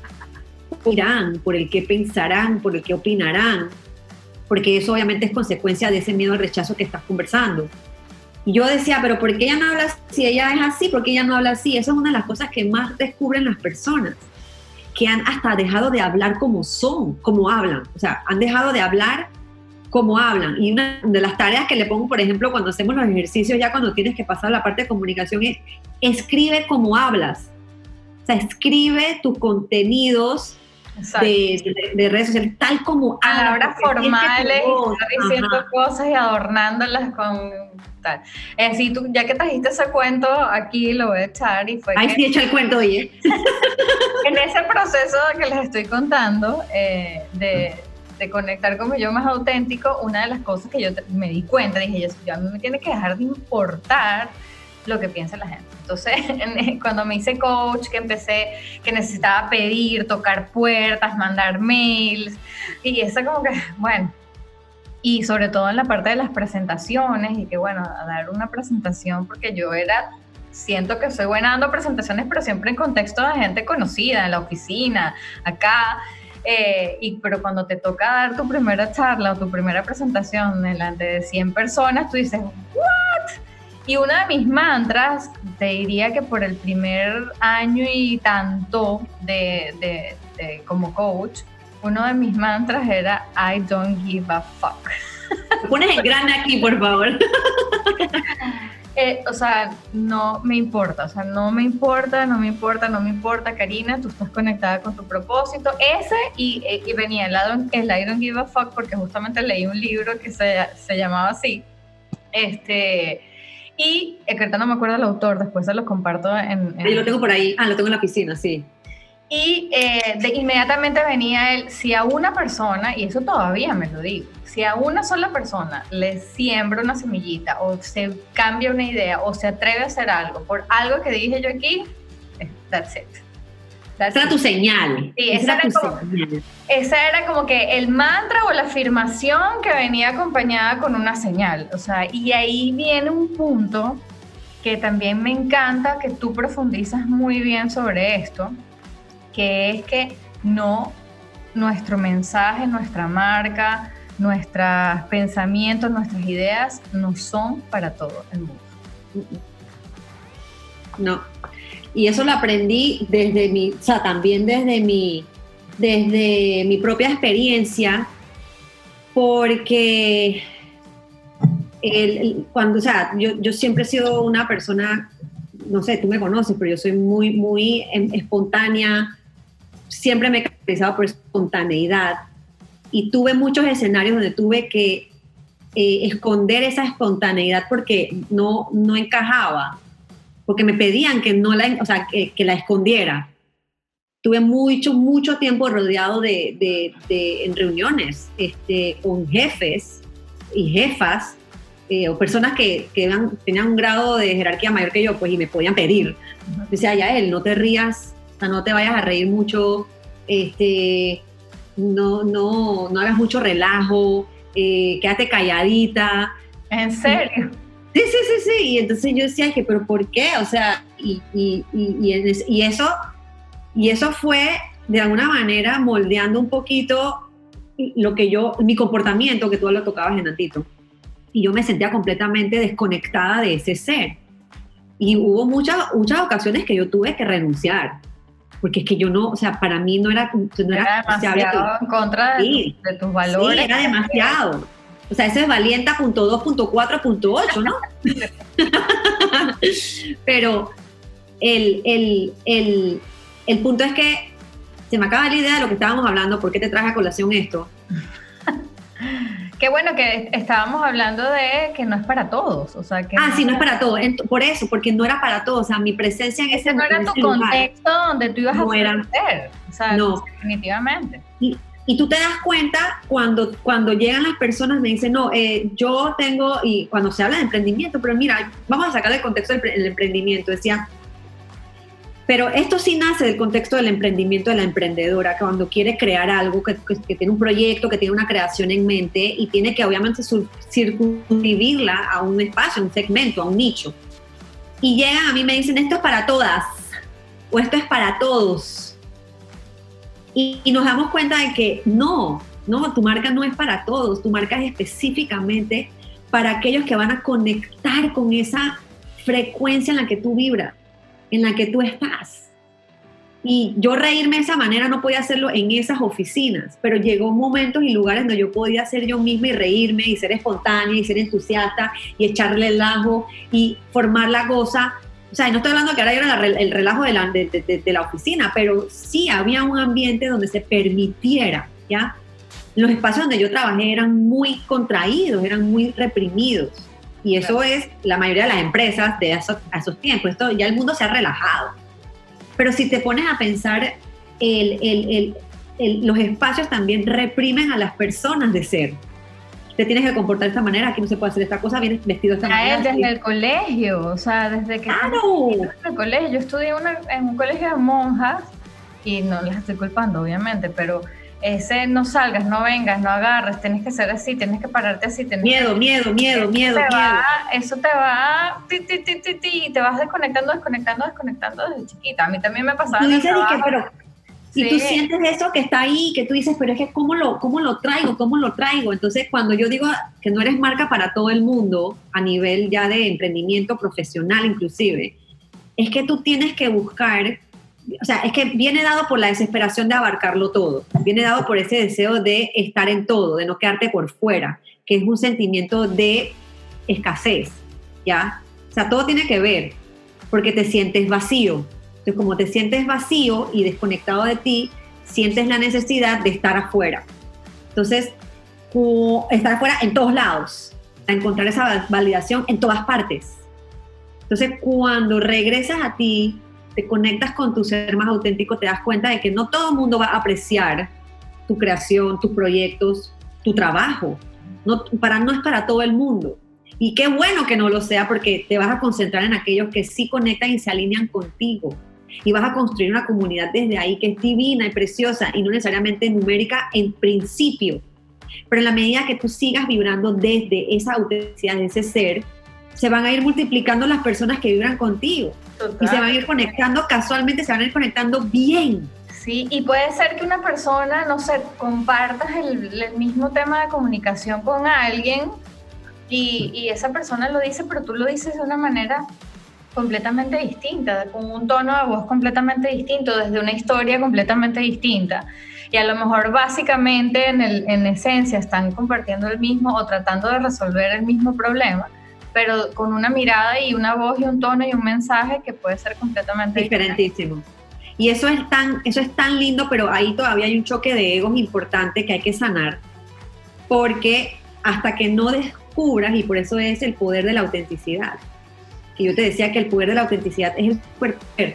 Irán, por el qué pensarán, por el qué opinarán, porque eso obviamente es consecuencia de ese miedo al rechazo que estás conversando. Y yo decía, pero ¿por qué ella no habla así? Si ella es así, ¿por qué ella no habla así? Eso es una de las cosas que más descubren las personas, que han hasta dejado de hablar como son, como hablan. O sea, han dejado de hablar como hablan. Y una de las tareas que le pongo, por ejemplo, cuando hacemos los ejercicios, ya cuando tienes que pasar la parte de comunicación, es escribe como hablas. O sea, escribe tus contenidos de, de, de redes sociales, tal como palabras formales, y estar diciendo Ajá. cosas y adornándolas con tal. Eh, si tú, ya que trajiste ese cuento, aquí lo voy a echar y fue Ay, que, sí, echa el cuento, oye. En ese proceso que les estoy contando, eh, de, de conectar con mi yo más auténtico, una de las cosas que yo te, me di cuenta, dije, yo, yo a mí me tiene que dejar de importar lo que piensa la gente. Entonces, en, cuando me hice coach, que empecé, que necesitaba pedir, tocar puertas, mandar mails, y eso como que, bueno, y sobre todo en la parte de las presentaciones, y que bueno, a dar una presentación, porque yo era, siento que soy buena dando presentaciones, pero siempre en contexto de gente conocida, en la oficina, acá, eh, y, pero cuando te toca dar tu primera charla o tu primera presentación delante de cien personas, tú dices, ¿what? Y uno de mis mantras, te diría que por el primer año y tanto de, de, de como coach, uno de mis mantras era I don't give a fuck. Pones en grande aquí, por favor. Eh, o sea, no me importa, o sea, no me importa, no me importa, no me importa, Karina, tú estás conectada con tu propósito. Ese, y, y venía el, el I don't give a fuck, porque justamente leí un libro que se, se llamaba así. Este... Y, eh, que ahorita no me acuerdo del autor, después se lo comparto en... en... Yo lo tengo por ahí, ah, lo tengo en la piscina, sí. Y eh, de, inmediatamente venía él, si a una persona, y eso todavía me lo digo, si a una sola persona le siembra una semillita, o se cambia una idea, o se atreve a hacer algo, por algo que dije yo aquí, that's it. That's esa era tu señal. Sí, esa, esa, era era como, señal. esa era como que el mantra o la afirmación que venía acompañada con una señal. O sea, y ahí viene un punto que también me encanta que tú profundizas muy bien sobre esto, que es que no, nuestro mensaje, nuestra marca, nuestros pensamientos, nuestras ideas no son para todo el mundo. No. Y eso lo aprendí desde mi, o sea, también desde mi, desde mi propia experiencia, porque el, el, cuando, o sea, yo, yo siempre he sido una persona, no sé, tú me conoces, pero yo soy muy, muy espontánea, siempre me he caracterizado por espontaneidad, y tuve muchos escenarios donde tuve que eh, esconder esa espontaneidad porque no, no encajaba, porque me pedían que no la, o sea, que, que la escondiera. Tuve mucho, mucho tiempo rodeado de, de, de en reuniones este, con jefes y jefas, eh, o personas que, que eran, tenían un grado de jerarquía mayor que yo, pues, y me podían pedir. Uh-huh. Decía, Yael, no te rías, o sea, no te vayas a reír mucho, este, no, no, no hagas mucho relajo, eh, quédate calladita. ¿En serio? Sí, sí, sí, sí, y entonces yo decía que, pero ¿por qué? O sea, y, y, y, y, eso, y eso fue de alguna manera moldeando un poquito lo que yo, mi comportamiento, que tú lo tocabas en Antito, y yo me sentía completamente desconectada de ese ser. Y hubo muchas, muchas ocasiones que yo tuve que renunciar, porque es que yo no, o sea, para mí no era... No era, era demasiado en contra de, sí, de tus valores. Sí, era demasiado. O sea, eso es valienta punto dos, punto cuatro, punto ocho, ¿no? Pero el, el, el, el punto es que se me acaba la idea de lo que estábamos hablando. ¿Por qué te traje a colación esto? Qué bueno que estábamos hablando de que no es para todos, o sea que ah no sí, no es para todos, por eso, porque no era para todos, o sea, mi presencia en ese, ese no era tu contexto lugar, donde tú ibas no a hacer, o sea, no, definitivamente. Y, y tú te das cuenta cuando, cuando llegan las personas, me dicen, no, eh, yo tengo, y cuando se habla de emprendimiento, pero mira, vamos a sacar del contexto del el emprendimiento, decía, pero esto sí nace del contexto del emprendimiento de la emprendedora, que cuando quiere crear algo, que, que, que tiene un proyecto, que tiene una creación en mente y tiene que obviamente circunscribirla a un espacio, a un segmento, a un nicho. Y llegan a mí y me dicen, esto es para todas, o esto es para todos. Y, y nos damos cuenta de que no, no, tu marca no es para todos, tu marca es específicamente para aquellos que van a conectar con esa frecuencia en la que tú vibras, en la que tú estás. Y yo reírme de esa manera no podía hacerlo en esas oficinas, pero llegó momentos y lugares donde yo podía ser yo misma y reírme y ser espontánea y ser entusiasta y echarle el ajo y formar la goza. O sea, no estoy hablando que ahora era la, el relajo de la, de, de, de la oficina, pero sí había un ambiente donde se permitiera, ¿ya? Los espacios donde yo trabajé eran muy contraídos, eran muy reprimidos. Y eso claro. Es la mayoría de las empresas de esos, a esos tiempos. Esto, ya el mundo se ha relajado. Pero si te pones a pensar, el, el, el, el, los espacios también reprimen a las personas de ser. Te tienes que comportar de esta manera, aquí no se puede hacer esta cosa, vienes vestido de esta ya manera. Es desde ¿sí? el colegio, o sea, desde que... ¡Claro! Desde el colegio. Yo estudié una, en un colegio de monjas, y no las estoy culpando, obviamente, pero... Ese no salgas, no vengas, no agarres, tienes que ser así, tienes que pararte así. Tienes miedo, que... miedo, miedo, miedo, te miedo. Va, eso te va, ti, ti, ti, ti, ti, y te vas desconectando, desconectando, desconectando desde chiquita. A mí también me pasaba tú en el dices trabajo. Que, pero, sí. Y tú sientes eso que está ahí, que tú dices, pero es que ¿cómo lo, cómo lo traigo? ¿Cómo lo traigo? Entonces, cuando yo digo que no eres marca para todo el mundo, a nivel ya de emprendimiento profesional inclusive, es que tú tienes que buscar... O sea, es que viene dado por la desesperación de abarcarlo todo, viene dado por ese deseo de estar en todo, de no quedarte por fuera, que es un sentimiento de escasez, ¿ya? O sea, todo tiene que ver, porque te sientes vacío. Entonces, como te sientes vacío y desconectado de ti, sientes la necesidad de estar afuera. Entonces, estar afuera en todos lados, a encontrar esa validación en todas partes. Entonces, cuando regresas a ti, te conectas con tu ser más auténtico, te das cuenta de que no todo el mundo va a apreciar tu creación, tus proyectos, tu trabajo. No, para, no es para todo el mundo. Y qué bueno que no lo sea, porque te vas a concentrar en aquellos que sí conectan y se alinean contigo. Y vas a construir una comunidad desde ahí que es divina y preciosa y no necesariamente numérica en principio. Pero en la medida que tú sigas vibrando desde esa autenticidad, de ese ser, se van a ir multiplicando las personas que vibran contigo. Total. Y se van a ir conectando casualmente, se van a ir conectando bien. Sí, y puede ser que una persona, no sé, compartas el, el mismo tema de comunicación con alguien y, y esa persona lo dice, pero tú lo dices de una manera completamente distinta, con un tono de voz completamente distinto, desde una historia completamente distinta. Y a lo mejor básicamente en, el, en esencia están compartiendo el mismo o tratando de resolver el mismo problema, pero con una mirada y una voz y un tono y un mensaje que puede ser completamente diferentísimo. Diferente. Y eso es tan, eso es tan lindo, pero ahí todavía hay un choque de egos importante que hay que sanar, porque hasta que no descubras, y por eso es el poder de la autenticidad, que yo te decía que el poder de la autenticidad es el poder,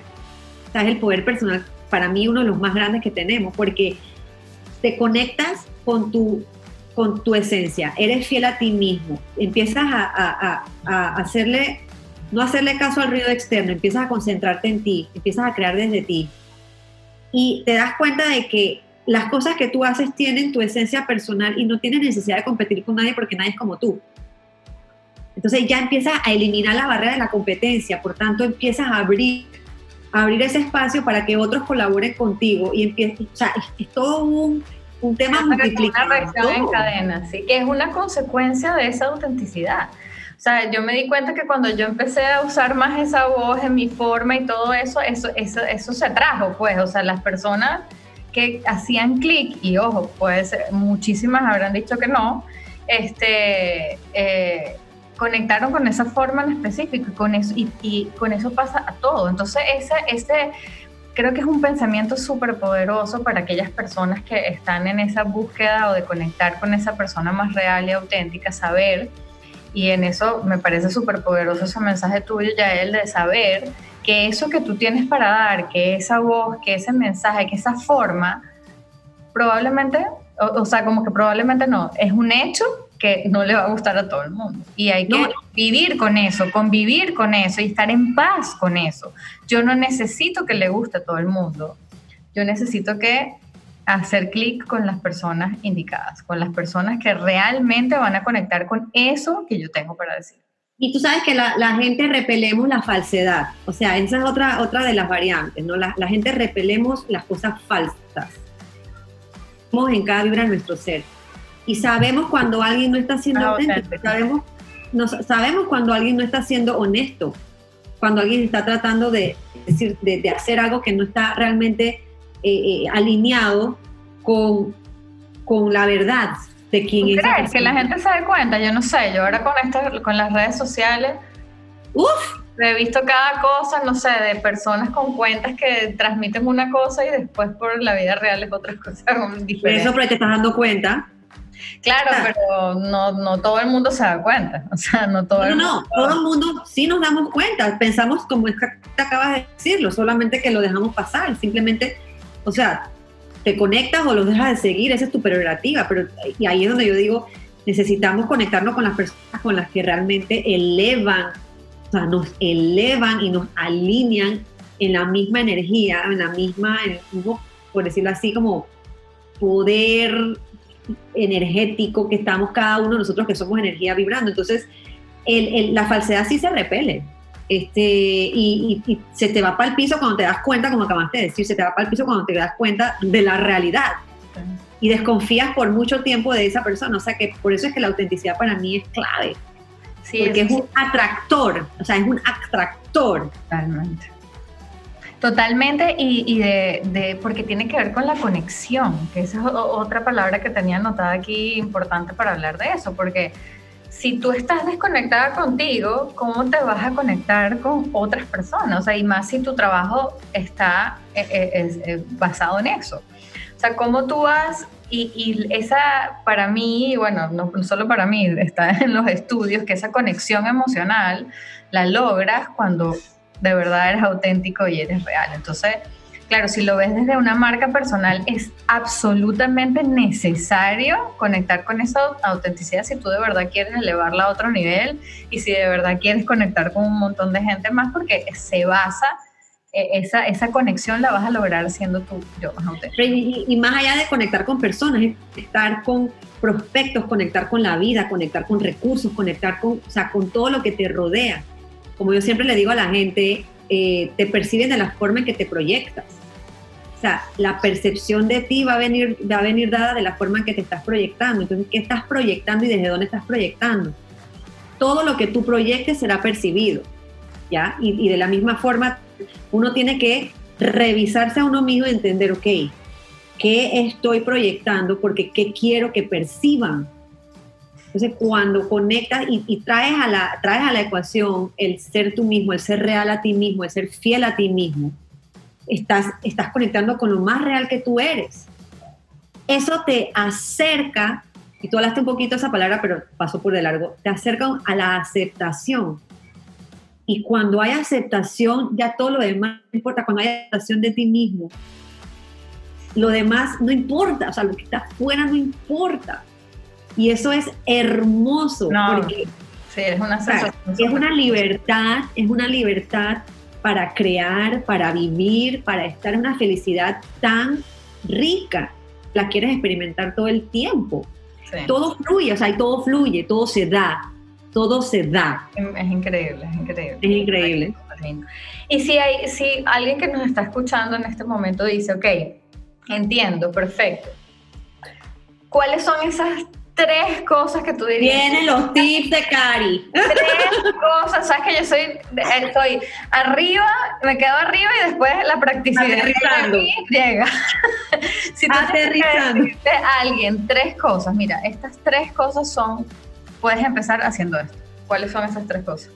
o sea, es el poder personal, para mí uno de los más grandes que tenemos, porque te conectas con tu con tu esencia, eres fiel a ti mismo, empiezas a, a, a, a hacerle, no hacerle caso al ruido externo, empiezas a concentrarte en ti, empiezas a crear desde ti y te das cuenta de que las cosas que tú haces tienen tu esencia personal y no tienes necesidad de competir con nadie porque nadie es como tú. Entonces ya empiezas a eliminar la barrera de la competencia, por tanto empiezas a abrir, a abrir ese espacio para que otros colaboren contigo y empiezas, o sea, es, es todo un un tema una multiplicado. reacción en cadena, sí, que es una consecuencia de esa autenticidad. O sea, yo me di cuenta que cuando yo empecé a usar más esa voz en mi forma y todo eso, eso, eso, eso se atrajo, pues, o sea, las personas que hacían clic, y ojo, pues muchísimas habrán dicho que no, este, eh, conectaron con esa forma en específico, y con eso, y, y con eso pasa a todo. Entonces, ese, ese creo que es un pensamiento súper poderoso para aquellas personas que están en esa búsqueda o de conectar con esa persona más real y auténtica, saber. Y en eso me parece súper poderoso ese mensaje tuyo, Yael, de saber que eso que tú tienes para dar, que esa voz, que ese mensaje, que esa forma, probablemente, o, o sea, como que probablemente no, es un hecho que no le va a gustar a todo el mundo. Y hay que no. vivir con eso, convivir con eso y estar en paz con eso. Yo no necesito que le guste a todo el mundo. Yo necesito que hacer clic con las personas indicadas, con las personas que realmente van a conectar con eso que yo tengo para decir. Y tú sabes que la, la gente repelemos la falsedad, o sea, esa es otra, otra de las variantes, ¿no? La, la gente repelemos las cosas falsas. Estamos en cada vibra de nuestro ser. Y sabemos cuando alguien no está siendo ah, auténtico, sabemos, no, sabemos cuando alguien no está siendo honesto, cuando alguien está tratando de, decir, de, de hacer algo que no está realmente Eh, eh, alineado con, con la verdad de quién es. ¿Crees que la gente se dé cuenta? Yo no sé, yo ahora con, esto, con las redes sociales, ¡uf! He visto cada cosa, no sé, de personas con cuentas que transmiten una cosa y después por la vida real es otra cosa diferente. Eso, pero te estás dando cuenta. Claro, ah. pero no, no todo el mundo se da cuenta. O sea, no todo no, el no, mundo. No, todo el mundo sí nos damos cuenta. Pensamos como es que te acabas de decirlo, solamente que lo dejamos pasar. Simplemente, o sea, te conectas o los dejas de seguir, esa es tu prerrogativa. Pero, y ahí es donde yo digo, necesitamos conectarnos con las personas con las que realmente elevan, o sea, nos elevan y nos alinean en la misma energía, en la misma, en el mismo, por decirlo así, como poder energético que estamos cada uno de nosotros, que somos energía vibrando. Entonces el, el, la falsedad sí se repele, este, y, y, y se te va para el piso cuando te das cuenta, como acabaste de decir, se te va para el piso cuando te das cuenta de la realidad y desconfías por mucho tiempo de esa persona. O sea que por eso es que la autenticidad para mí es clave, sí, porque es, es un atractor, o sea, es un atractor. Totalmente. Totalmente, y, y de, de, porque tiene que ver con la conexión, que esa es otra palabra que tenía anotada aquí importante para hablar de eso, porque si tú estás desconectada contigo, ¿cómo te vas a conectar con otras personas? O sea, y más si tu trabajo está eh, eh, eh, basado en eso. O sea, ¿cómo tú vas? Y, y esa, para mí, bueno, no solo para mí, está en los estudios, que esa conexión emocional la logras cuando de verdad eres auténtico y eres real. Entonces, claro, si lo ves desde una marca personal, es absolutamente necesario conectar con esa autenticidad si tú de verdad quieres elevarla a otro nivel y si de verdad quieres conectar con un montón de gente más, porque se basa, esa, esa conexión la vas a lograr siendo tú yo más auténtico. Y, y más allá de conectar con personas, es estar con prospectos, conectar con la vida, conectar con recursos, conectar con, o sea, con todo lo que te rodea. Como yo siempre le digo a la gente, eh, te perciben de la forma en que te proyectas. O sea, la percepción de ti va a venir, va a venir dada de la forma en que te estás proyectando. Entonces, ¿qué estás proyectando y desde dónde estás proyectando? Todo lo que tú proyectes será percibido, ¿ya? Y, y de la misma forma, uno tiene que revisarse a uno mismo y entender, ok, ¿qué estoy proyectando? Porque ¿qué quiero que perciban? Entonces, cuando conectas y, y traes, a la, traes a la ecuación el ser tú mismo, el ser real a ti mismo, el ser fiel a ti mismo, estás, estás conectando con lo más real que tú eres. Eso te acerca, y tú hablaste un poquito de esa palabra, pero pasó por de largo, te acerca a la aceptación. Y cuando hay aceptación, ya todo lo demás no importa. Cuando hay aceptación de ti mismo, lo demás no importa, o sea, lo que está afuera no importa. Y eso es hermoso, no, porque sí, es una sensación, o sea, es una libertad, es una libertad para crear, para vivir, para estar en una felicidad tan rica. La quieres experimentar todo el tiempo. Sí. Todo fluye, o sea, y todo fluye, todo se da, todo se da. Es increíble, es increíble. Es increíble. Y si hay, si alguien que nos está escuchando en este momento dice, ok, entiendo, perfecto, ¿cuáles son esas tres cosas que tú dirías? Vienen los tips de Cari. Tres cosas, sabes que yo soy, estoy arriba, me quedo arriba y después la practicidad Aterrizando. de mí llega. Si tú tienes que Aterrizando. decirte a alguien tres cosas, mira, estas tres cosas son, puedes empezar haciendo esto. ¿Cuáles son esas tres cosas?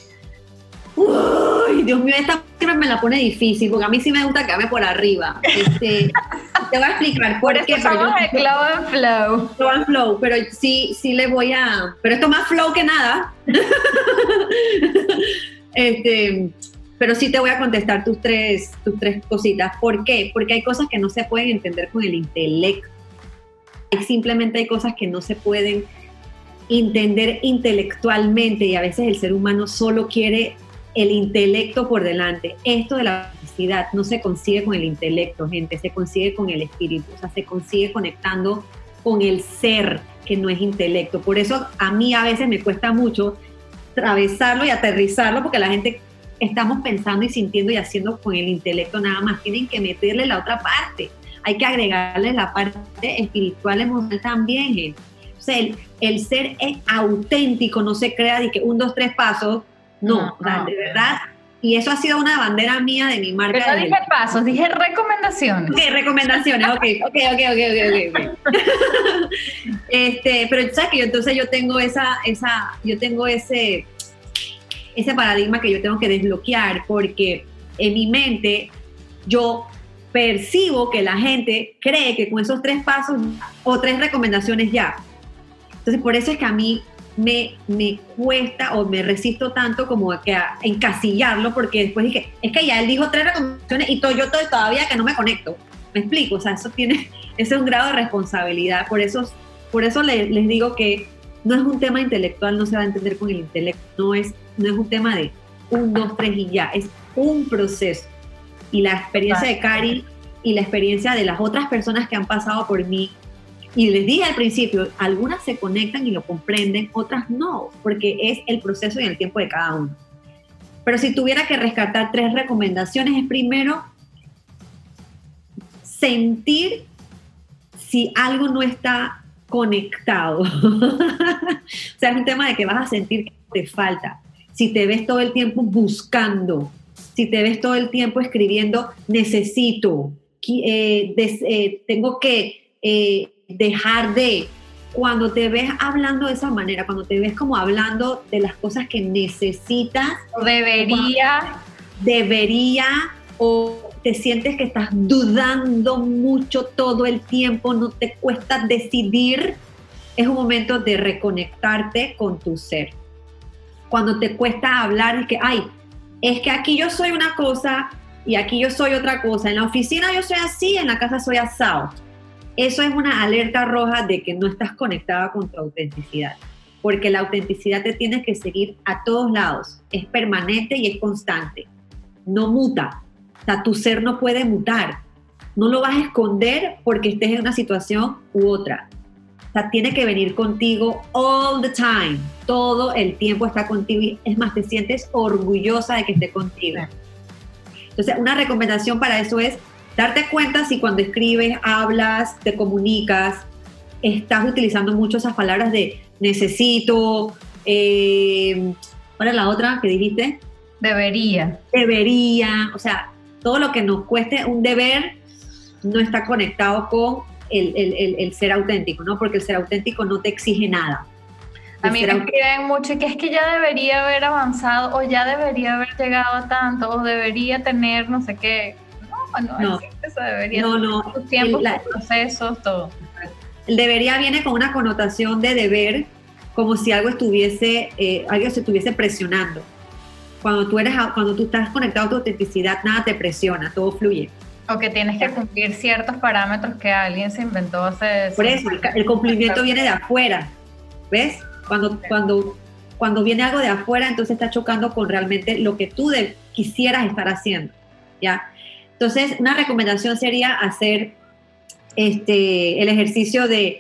Uy, Dios mío, esta siempre me la pone difícil, porque a mí sí me gusta quedarme por arriba. Este, te voy a explicar por, Por qué. eso somos el Club and Flow. Flow and flow, pero sí, sí le voy a... Pero esto es más flow que nada. este, pero sí te voy a contestar tus tres, tus tres cositas. ¿Por qué? Porque hay cosas que no se pueden entender con el intelecto. Simplemente hay cosas que no se pueden entender intelectualmente y a veces el ser humano solo quiere el intelecto por delante. Esto de la felicidad no se consigue con el intelecto, gente, se consigue con el espíritu, o sea, se consigue conectando con el ser, que no es intelecto. Por eso a mí a veces me cuesta mucho atravesarlo y aterrizarlo, porque la gente estamos pensando y sintiendo y haciendo con el intelecto nada más. Tienen que meterle la otra parte. Hay que agregarle la parte espiritual, emocional también, gente. O sea, el, el ser es auténtico, no se crea de que un, dos, tres pasos. No, No, o sea, no. de verdad. Y eso ha sido una bandera mía de mi marca. Pero no desde dije el- pasos, dije recomendaciones. Ok, recomendaciones, ok, ok, ok, ok, ok, ok. este, pero sabes que yo entonces yo tengo esa, esa, yo tengo ese, ese paradigma que yo tengo que desbloquear, porque en mi mente yo percibo que la gente cree que con esos tres pasos o tres recomendaciones ya. Entonces por eso es que a mí me, me cuesta o me resisto tanto como a, que a encasillarlo, porque después dije, es que ya él dijo tres recomendaciones y todo, yo estoy todavía que no me conecto. ¿Me explico? O sea, eso tiene, ese es un grado de responsabilidad. Por eso, por eso les, les digo que no es un tema intelectual, no se va a entender con el intelecto, no es, no es un tema de un, dos, tres y ya, es un proceso. Y la experiencia de Cari y la experiencia de las otras personas que han pasado por mí, y les dije al principio, algunas se conectan y lo comprenden, otras no, porque es el proceso y el tiempo de cada uno. Pero si tuviera que rescatar tres recomendaciones, es primero sentir si algo no está conectado. O sea, es un tema de que vas a sentir que te falta. Si te ves todo el tiempo buscando, si te ves todo el tiempo escribiendo, necesito, eh, des, eh, tengo que eh, dejar de... Cuando te ves hablando de esa manera, cuando te ves como hablando de las cosas que necesitas, Debería. debería, o te sientes que estás dudando mucho todo el tiempo, no te cuesta decidir, es un momento de reconectarte con tu ser. Cuando te cuesta hablar, es que, ay, es que aquí yo soy una cosa y aquí yo soy otra cosa. En la oficina yo soy así, en la casa soy asado. Eso es una alerta roja de que no estás conectada con tu autenticidad. Porque la autenticidad te tiene que seguir a todos lados. Es permanente y es constante. No muta. O sea, tu ser no puede mutar. No lo vas a esconder porque estés en una situación u otra. O sea, tiene que venir contigo all the time. Todo el tiempo está contigo. Y es más, te sientes orgullosa de que esté contigo. Entonces, una recomendación para eso es darte cuenta si cuando escribes, hablas, te comunicas, estás utilizando mucho esas palabras de necesito, eh, ¿cuál es la otra que dijiste? Debería. Debería, o sea, todo lo que nos cueste un deber no está conectado con el, el, el, el ser auténtico, ¿no? Porque el ser auténtico no te exige nada. A mí me escriben mucho que es que ya debería haber avanzado o ya debería haber llegado a tanto o debería tener no sé qué. No, no, No. existe eso, debería No, tener no. tus tiempos, El- la- tus procesos, todo. El debería viene con una connotación de deber, como si algo estuviese, eh, algo se estuviese presionando. Cuando tú, eres, cuando tú estás conectado a tu autenticidad, nada te presiona, todo fluye. O que tienes que cumplir ciertos parámetros que alguien se inventó hace... Por eso, el, el cumplimiento viene de afuera, ¿ves? Cuando, cuando, cuando viene algo de afuera, entonces está chocando con realmente lo que tú de, quisieras estar haciendo, ¿ya? Entonces, una recomendación sería hacer este, el ejercicio de,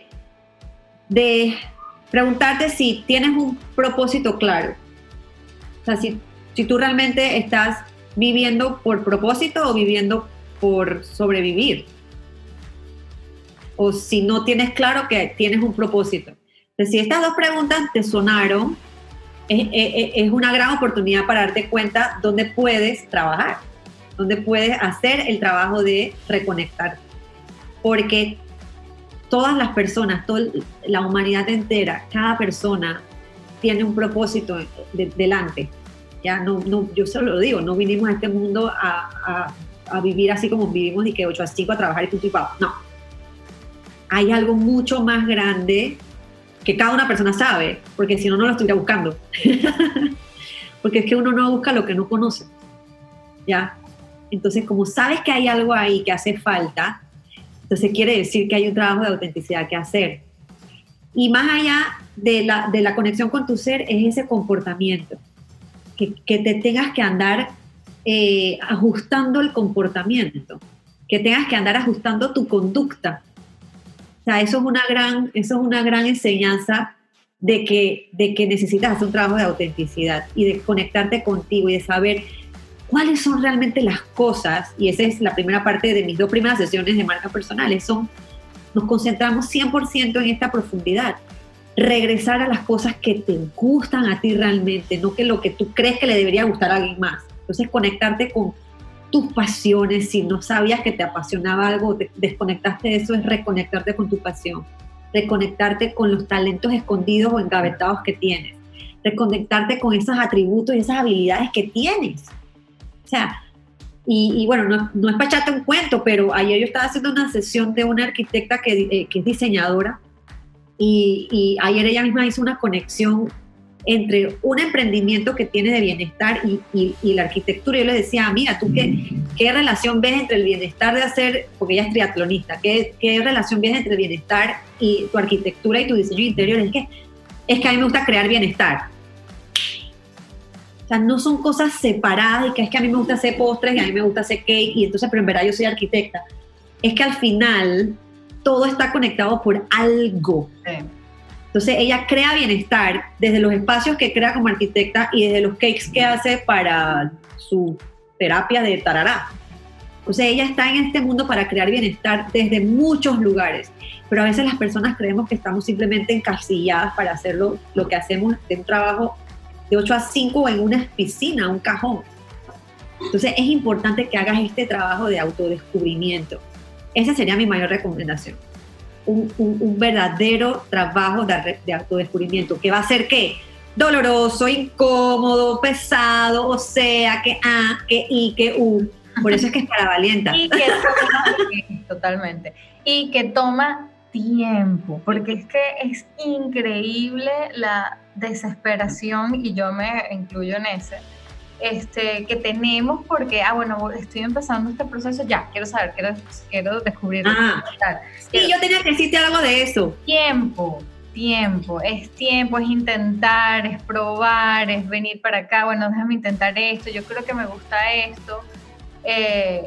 de preguntarte si tienes un propósito claro. O sea, si, si tú realmente estás viviendo por propósito o viviendo por sobrevivir. o si no tienes claro que tienes un propósito. Entonces, si estas dos preguntas te sonaron, es, es, es una gran oportunidad para darte cuenta dónde puedes trabajar, dónde puedes hacer el trabajo de reconectarte. Porque todas las personas, toda la humanidad entera, cada persona tiene un propósito de, delante. Ya no, no, yo solo lo digo, no vinimos a este mundo a, a, a vivir así como vivimos, y que ocho a cinco a trabajar y punto y pavo. No. Hay algo mucho más grande que cada una persona sabe, porque si no, no lo estuviera buscando. Porque es que uno no busca lo que no conoce. ¿Ya? Entonces, como sabes que hay algo ahí que hace falta, entonces quiere decir que hay un trabajo de autenticidad que hacer. Y más allá de la, de la conexión con tu ser, es ese comportamiento. Que, que te tengas que andar eh, ajustando el comportamiento, que tengas que andar ajustando tu conducta. O sea, eso es una gran, eso es una gran enseñanza de que, de que necesitas hacer un trabajo de autenticidad y de conectarte contigo y de saber cuáles son realmente las cosas, y esa es la primera parte de mis dos primeras sesiones de marcas personales, son, nos concentramos cien por ciento en esta profundidad. Regresar a las cosas que te gustan a ti realmente, no que lo que tú crees que le debería gustar a alguien más. Entonces, conectarte con tus pasiones. Si no sabías que te apasionaba algo, te desconectaste de eso, es reconectarte con tu pasión, reconectarte con los talentos escondidos o engavetados que tienes, reconectarte con esos atributos y esas habilidades que tienes. O sea, y, y bueno, no, no es para echarte un cuento, pero ayer yo estaba haciendo una sesión de una arquitecta que, eh, que es diseñadora. Y, y ayer ella misma hizo una conexión entre un emprendimiento que tiene de bienestar y, y, y la arquitectura. Yo le decía, mira, ¿tú qué, qué relación ves entre el bienestar de hacer, porque ella es triatlonista, ¿qué, qué relación ves entre el bienestar y tu arquitectura y tu diseño interior? Es que, es que a mí me gusta crear bienestar. O sea, no son cosas separadas, y que es que a mí me gusta hacer postres y a mí me gusta hacer cake, y entonces, pero en verdad yo soy arquitecta. Es que al final todo está conectado por algo. Sí. Entonces ella crea bienestar desde los espacios que crea como arquitecta y desde los cakes que hace para su terapia de tarará. Entonces ella está en este mundo para crear bienestar desde muchos lugares, pero a veces las personas creemos que estamos simplemente encasilladas para hacerlo, lo que hacemos de un trabajo de ocho a cinco en una piscina, un cajón. Entonces es importante que hagas este trabajo de autodescubrimiento. Esa sería mi mayor recomendación. Un, un, un verdadero trabajo de, de autodescubrimiento, que va a ser ¿qué? Doloroso, incómodo, pesado, o sea, que A, que I, que U. Por eso es que es para valientes. Y que toma, totalmente. Y que toma tiempo, porque es que es increíble la desesperación, y yo me incluyo en ese, Este, que tenemos porque, ah, bueno, estoy empezando este proceso, ya, quiero saber, quiero, quiero descubrir. Ah, sí, yo tenía que decirte algo de eso. Tiempo, tiempo, es tiempo, es intentar, es probar, es venir para acá, bueno, déjame intentar esto, yo creo que me gusta esto, eh,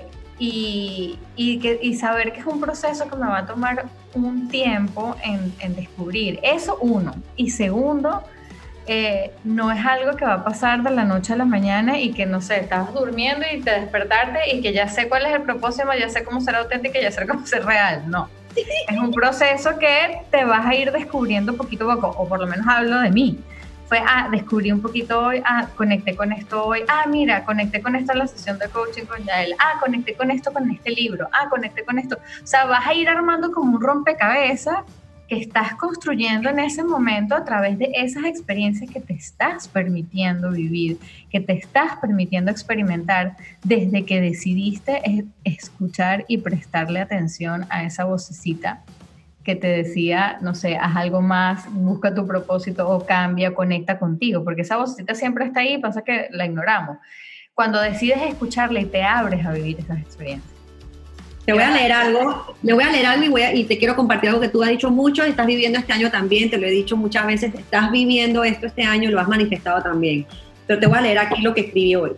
y, y, que, y saber que es un proceso que me va a tomar un tiempo en, en descubrir. Eso, uno. Y segundo, Eh, no es algo que va a pasar de la noche a la mañana y que, no sé, estabas durmiendo y te despertaste y que ya sé cuál es el propósito, ya sé cómo ser auténtica, ya sé cómo ser real. No, es un proceso que te vas a ir descubriendo poquito a poco, o por lo menos hablo de mí. Fue, ah, descubrí un poquito hoy, ah, conecté con esto hoy, ah, mira, conecté con esto en la sesión de coaching con Yael, ah, conecté con esto con este libro, ah, conecté con esto. O sea, vas a ir armando como un rompecabezas que estás construyendo en ese momento a través de esas experiencias que te estás permitiendo vivir, que te estás permitiendo experimentar desde que decidiste escuchar y prestarle atención a esa vocecita que te decía, no sé, haz algo más, busca tu propósito o cambia, conecta contigo, porque esa vocecita siempre está ahí, pasa que la ignoramos. Cuando decides escucharla y te abres a vivir esas experiencias. Te voy a leer algo, le voy a leer algo y, voy a, y te quiero compartir algo que tú has dicho mucho, estás viviendo este año también, te lo he dicho muchas veces, estás viviendo esto este año, lo has manifestado también. Pero te voy a leer aquí lo que escribí hoy.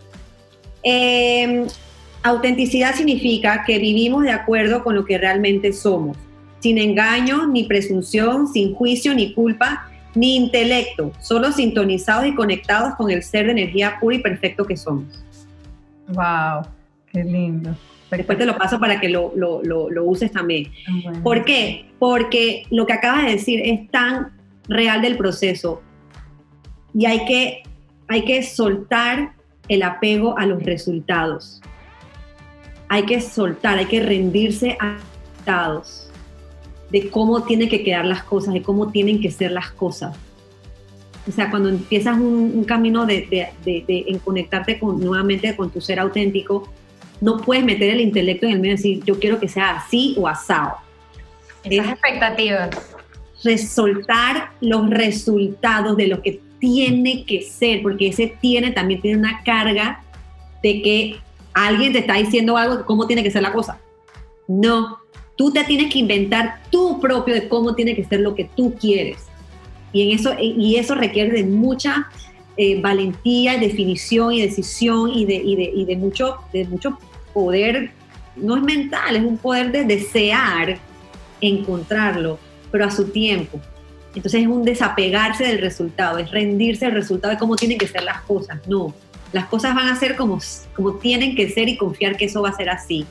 Eh, autenticidad significa que vivimos de acuerdo con lo que realmente somos, sin engaño, ni presunción, sin juicio, ni culpa, ni intelecto, solo sintonizados y conectados con el ser de energía pura y perfecto que somos. ¡Wow! ¡Qué lindo! Después te lo paso para que lo, lo, lo, lo uses también. Bueno. ¿Por qué? Porque lo que acabas de decir es tan real del proceso y hay que, hay que soltar el apego a los resultados. Hay que soltar, hay que rendirse a los resultados de cómo tienen que quedar las cosas, de cómo tienen que ser las cosas. O sea, cuando empiezas un, un camino de, de, de, de en conectarte con, nuevamente con tu ser auténtico, no puedes meter el intelecto en el medio y decir, yo quiero que sea así o asado. Esas Es expectativas. resoltar los resultados de lo que tiene que ser, porque ese tiene también tiene una carga de que alguien te está diciendo algo de cómo tiene que ser la cosa. No, tú te tienes que inventar tu propio de cómo tiene que ser lo que tú quieres. Y, en eso, y eso requiere de mucha eh, valentía, definición y decisión y de, y de, y de, mucho, de mucho poder, no es mental, es un poder de desear encontrarlo, pero a su tiempo. Entonces es un desapegarse del resultado, es rendirse al resultado de cómo tienen que ser las cosas. No, las cosas van a ser como, como tienen que ser y confiar que eso va a ser así.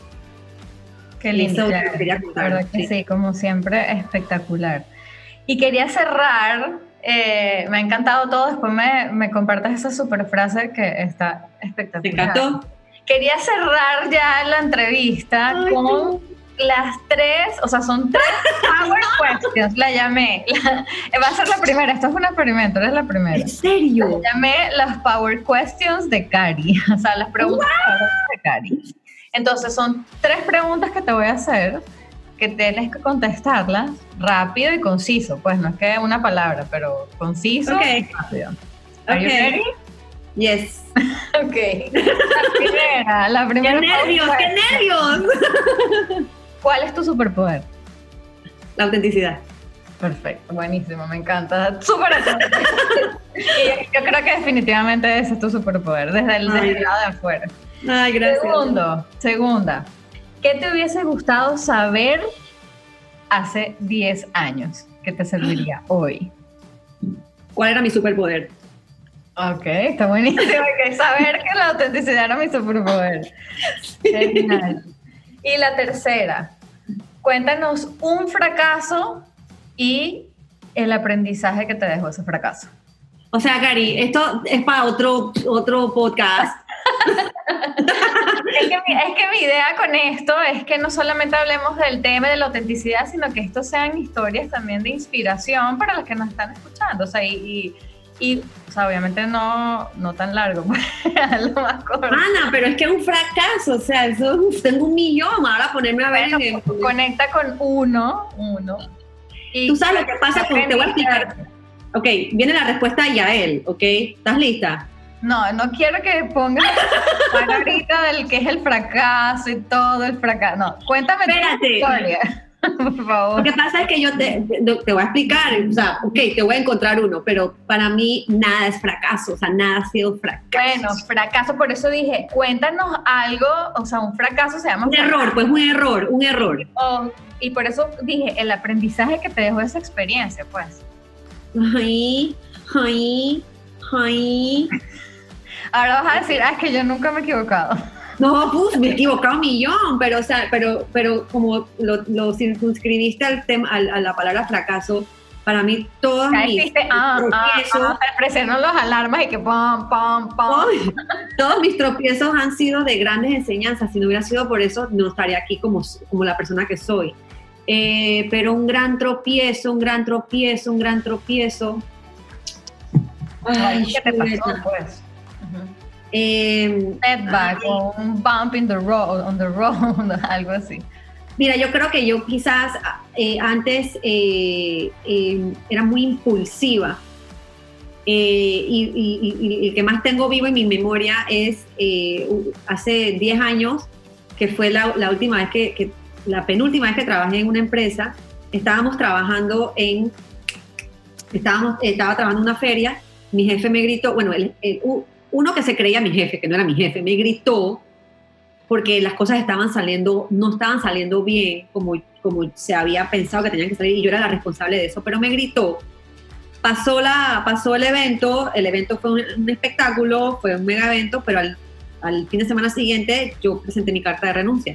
Qué lindo. Eso te quería contar, La verdad que sí. sí, como siempre, espectacular. Y quería cerrar, eh, me ha encantado todo, después me, me compartas esa super frase que está espectacular. ¿Te encantó? Quería cerrar ya la entrevista Ay, con las tres, o sea, son tres power questions, la llamé, la, va a ser la primera, esto es un experimento, eres la primera. ¿En serio? La llamé las power questions de Cari, o sea, las preguntas wow. de Cari. Entonces son tres preguntas que te voy a hacer, que tienes que contestarlas rápido y conciso, pues no es que una palabra, pero conciso okay. y rápido. Are you okay. ready? Yes. Ok. La primera, la primera. ¡Qué nervios, qué nervios! ¿Cuál es tu superpoder? La autenticidad. Perfecto, buenísimo, me encanta. Súper Y yo creo que definitivamente ese es tu superpoder, desde el, desde el lado de afuera. Ay, gracias. Segundo, segunda, ¿qué te hubiese gustado saber hace diez años que te serviría hoy? ¿Cuál era mi superpoder? Ok, está buenísimo. Okay, saber que la autenticidad era mi superpoder. Genial. Y la tercera, cuéntanos un fracaso y el aprendizaje que te dejó ese fracaso. O sea, Cari, esto es para otro, otro podcast. es, que mi, es que mi idea con esto es que no solamente hablemos del tema de la autenticidad, sino que estos sean historias también de inspiración para los que nos están escuchando. O sea, y, y, y o sea, obviamente no, no tan largo, lo más corto. Ana, pero es que es un fracaso, o sea, eso, tengo un millón, ahora ponerme a ver. Bueno, en el... Conecta con uno, uno. Y tú sabes lo que pasa con, te voy a explicar. Ok, viene la respuesta de Yael, ¿ok? ¿Estás lista? No, no quiero que pongas ahorita del que es el fracaso y todo el fracaso. No, cuéntame Espérate. tu historia, por favor. Lo que pasa es que yo te, te, te voy a explicar, o sea, ok, te voy a encontrar uno, pero para mí nada es fracaso, o sea, nada ha sido fracaso. Bueno, fracaso, por eso dije, cuéntanos algo, o sea, un fracaso se llama Un fracaso. error, pues un error, un error. Oh, y por eso dije, el aprendizaje que te dejó esa experiencia, pues. Ay, ay, ay. Ahora vas a decir, ah, es que yo nunca me he equivocado. No, pues me he equivocado un millón, pero, o sea, pero, pero como lo, lo circunscribiste al tema, a, a la palabra fracaso, para mí todos Ya mis dijiste, ah, ah, tropiezos, ah, se presionan los alarmas y que pum, pum, pum. ay, todos mis tropiezos han sido de grandes enseñanzas. Si no hubiera sido por eso, no estaría aquí como, como la persona que soy. Eh, pero un gran tropiezo, un gran tropiezo, un gran tropiezo. Ay, ¿qué te chuleta. pasó, pues? Uh-huh. Eh, Setback ay, o un bump in the road, on the road, algo así. Mira, yo creo que yo quizás eh, antes eh, eh, era muy impulsiva eh, y, y, y, y el que más tengo vivo en mi memoria es eh, hace diez años, que fue la, la última vez que, que, la penúltima vez que trabajé en una empresa. Estábamos trabajando en, estábamos, estaba trabajando en una feria, mi jefe me gritó, bueno, el, el, uno que se creía mi jefe, que no era mi jefe, me gritó porque las cosas estaban saliendo, no estaban saliendo bien como, como se había pensado que tenían que salir, y yo era la responsable de eso, pero me gritó. Pasó, la, pasó el evento, el evento fue un, un espectáculo, fue un mega evento, pero al, al fin de semana siguiente yo presenté mi carta de renuncia.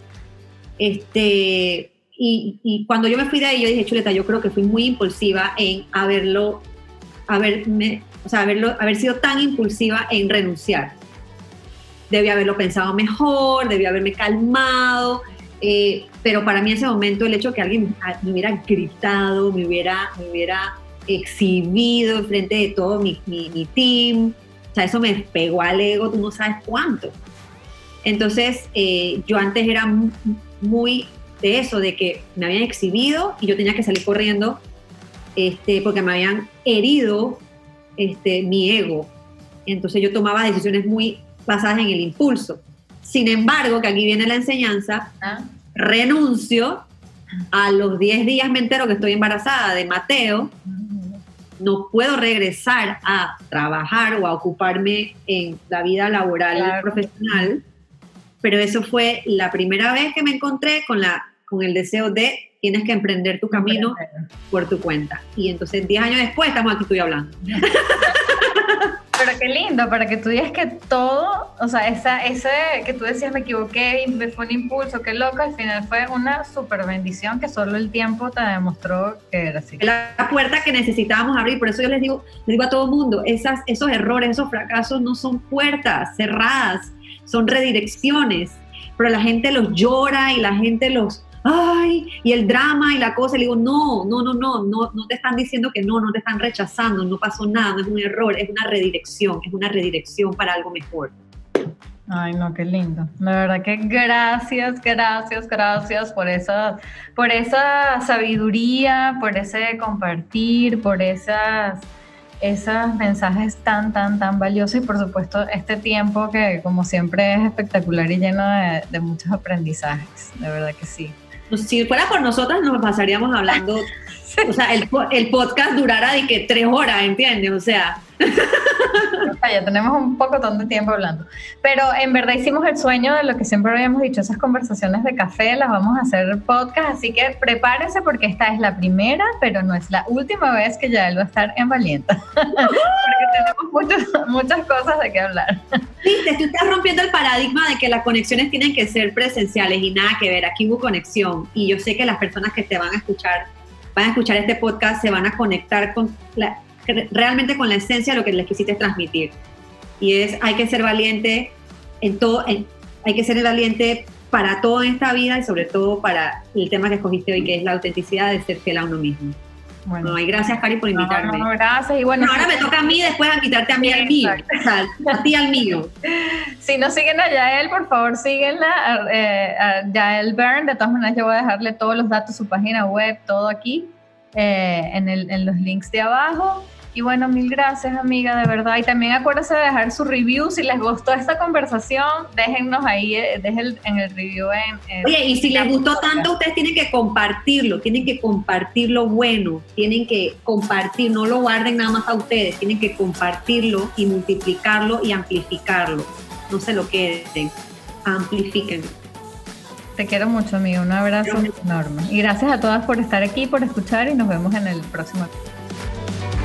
Este, y, y cuando yo me fui de ahí, yo dije, chuleta, yo creo que fui muy impulsiva en haberlo, haberme, o sea, haberlo, haber sido tan impulsiva en renunciar. Debí haberlo pensado mejor, debí haberme calmado, eh, pero para mí en ese momento el hecho de que alguien me hubiera gritado, me hubiera, me hubiera exhibido en frente de todo mi, mi, mi team, o sea, eso me pegó al ego, tú no sabes cuánto. Entonces, eh, yo antes era muy de eso, de que me habían exhibido y yo tenía que salir corriendo este, porque me habían herido este, mi ego. Entonces yo tomaba decisiones muy basadas en el impulso. Sin embargo, que aquí viene la enseñanza, ¿ah? Renuncio, a los diez días me entero que estoy embarazada de Mateo, no puedo regresar a trabajar o a ocuparme en la vida laboral claro. profesional, pero eso fue la primera vez que me encontré con, la, con el deseo de tienes que emprender tu camino por tu cuenta. Y entonces diez años después estamos aquí tú y hablando. Pero qué lindo, para que tú digas que todo, o sea, esa, ese que tú decías me equivoqué y fue un impulso, qué loco, al final fue una súper bendición que solo el tiempo te demostró que era así. La puerta que necesitábamos abrir, por eso yo les digo, les digo a todo el mundo, esas, esos errores, esos fracasos no son puertas cerradas, son redirecciones, pero la gente los llora y la gente los... ay, y el drama y la cosa, le digo, no, no, no, no, no, no te están diciendo que no, no te están rechazando, no pasó nada, no es un error, es una redirección, es una redirección para algo mejor. Ay, no, qué lindo. La verdad que gracias, gracias, gracias por esa, por esa sabiduría, por ese compartir, por esas, esos mensajes tan, tan, tan valiosos y por supuesto este tiempo que como siempre es espectacular y lleno de, de muchos aprendizajes, de verdad que sí. Si fuera por nosotras nos pasaríamos hablando, sí. O sea, el, el podcast durara de que tres horas, ¿entiendes? O sea... Ya tenemos un pocotón de tiempo hablando. Pero en verdad hicimos el sueño de lo que siempre habíamos dicho, esas conversaciones de café, las vamos a hacer podcast, así que prepárense porque esta es la primera, pero no es la última vez que Yael va a estar en Valienta. Porque tenemos muchos, muchas cosas de qué hablar. Viste, tú estás rompiendo el paradigma de que las conexiones tienen que ser presenciales y nada que ver, aquí hubo conexión y yo sé que las personas que te van a escuchar, van a escuchar este podcast, se van a conectar con la... realmente con la esencia de lo que les quisiste transmitir. Y es, hay que ser valiente en todo, en, hay que ser valiente para todo en esta vida y sobre todo para el tema que escogiste hoy, que es la autenticidad de ser fiel a uno mismo. Bueno, no, y gracias, Cari, por invitarme. No, no, gracias. Y bueno, bueno ahora me toca a mí después invitarte a mí al mío. O sea, a ti al mío. Si no siguen a Yael, por favor, síguenla. Eh, a Yael Byrne. De todas maneras, yo voy a dejarle todos los datos, su página web, todo aquí. Eh, en, el, en los links de abajo. Y bueno, mil gracias, amiga, de verdad. Y también acuérdense de dejar su review. Si les gustó esta conversación, déjennos ahí, eh, dejen en el review. En, en Oye, y si les gustó tanto, ustedes tienen que compartirlo, tienen que compartir lo bueno, tienen que compartir, no lo guarden nada más a ustedes, tienen que compartirlo y multiplicarlo y amplificarlo. No se lo queden, amplifíquenlo. Te quiero mucho, amigo. Un abrazo enorme. Y gracias a todas por estar aquí, por escuchar y nos vemos en el próximo episodio.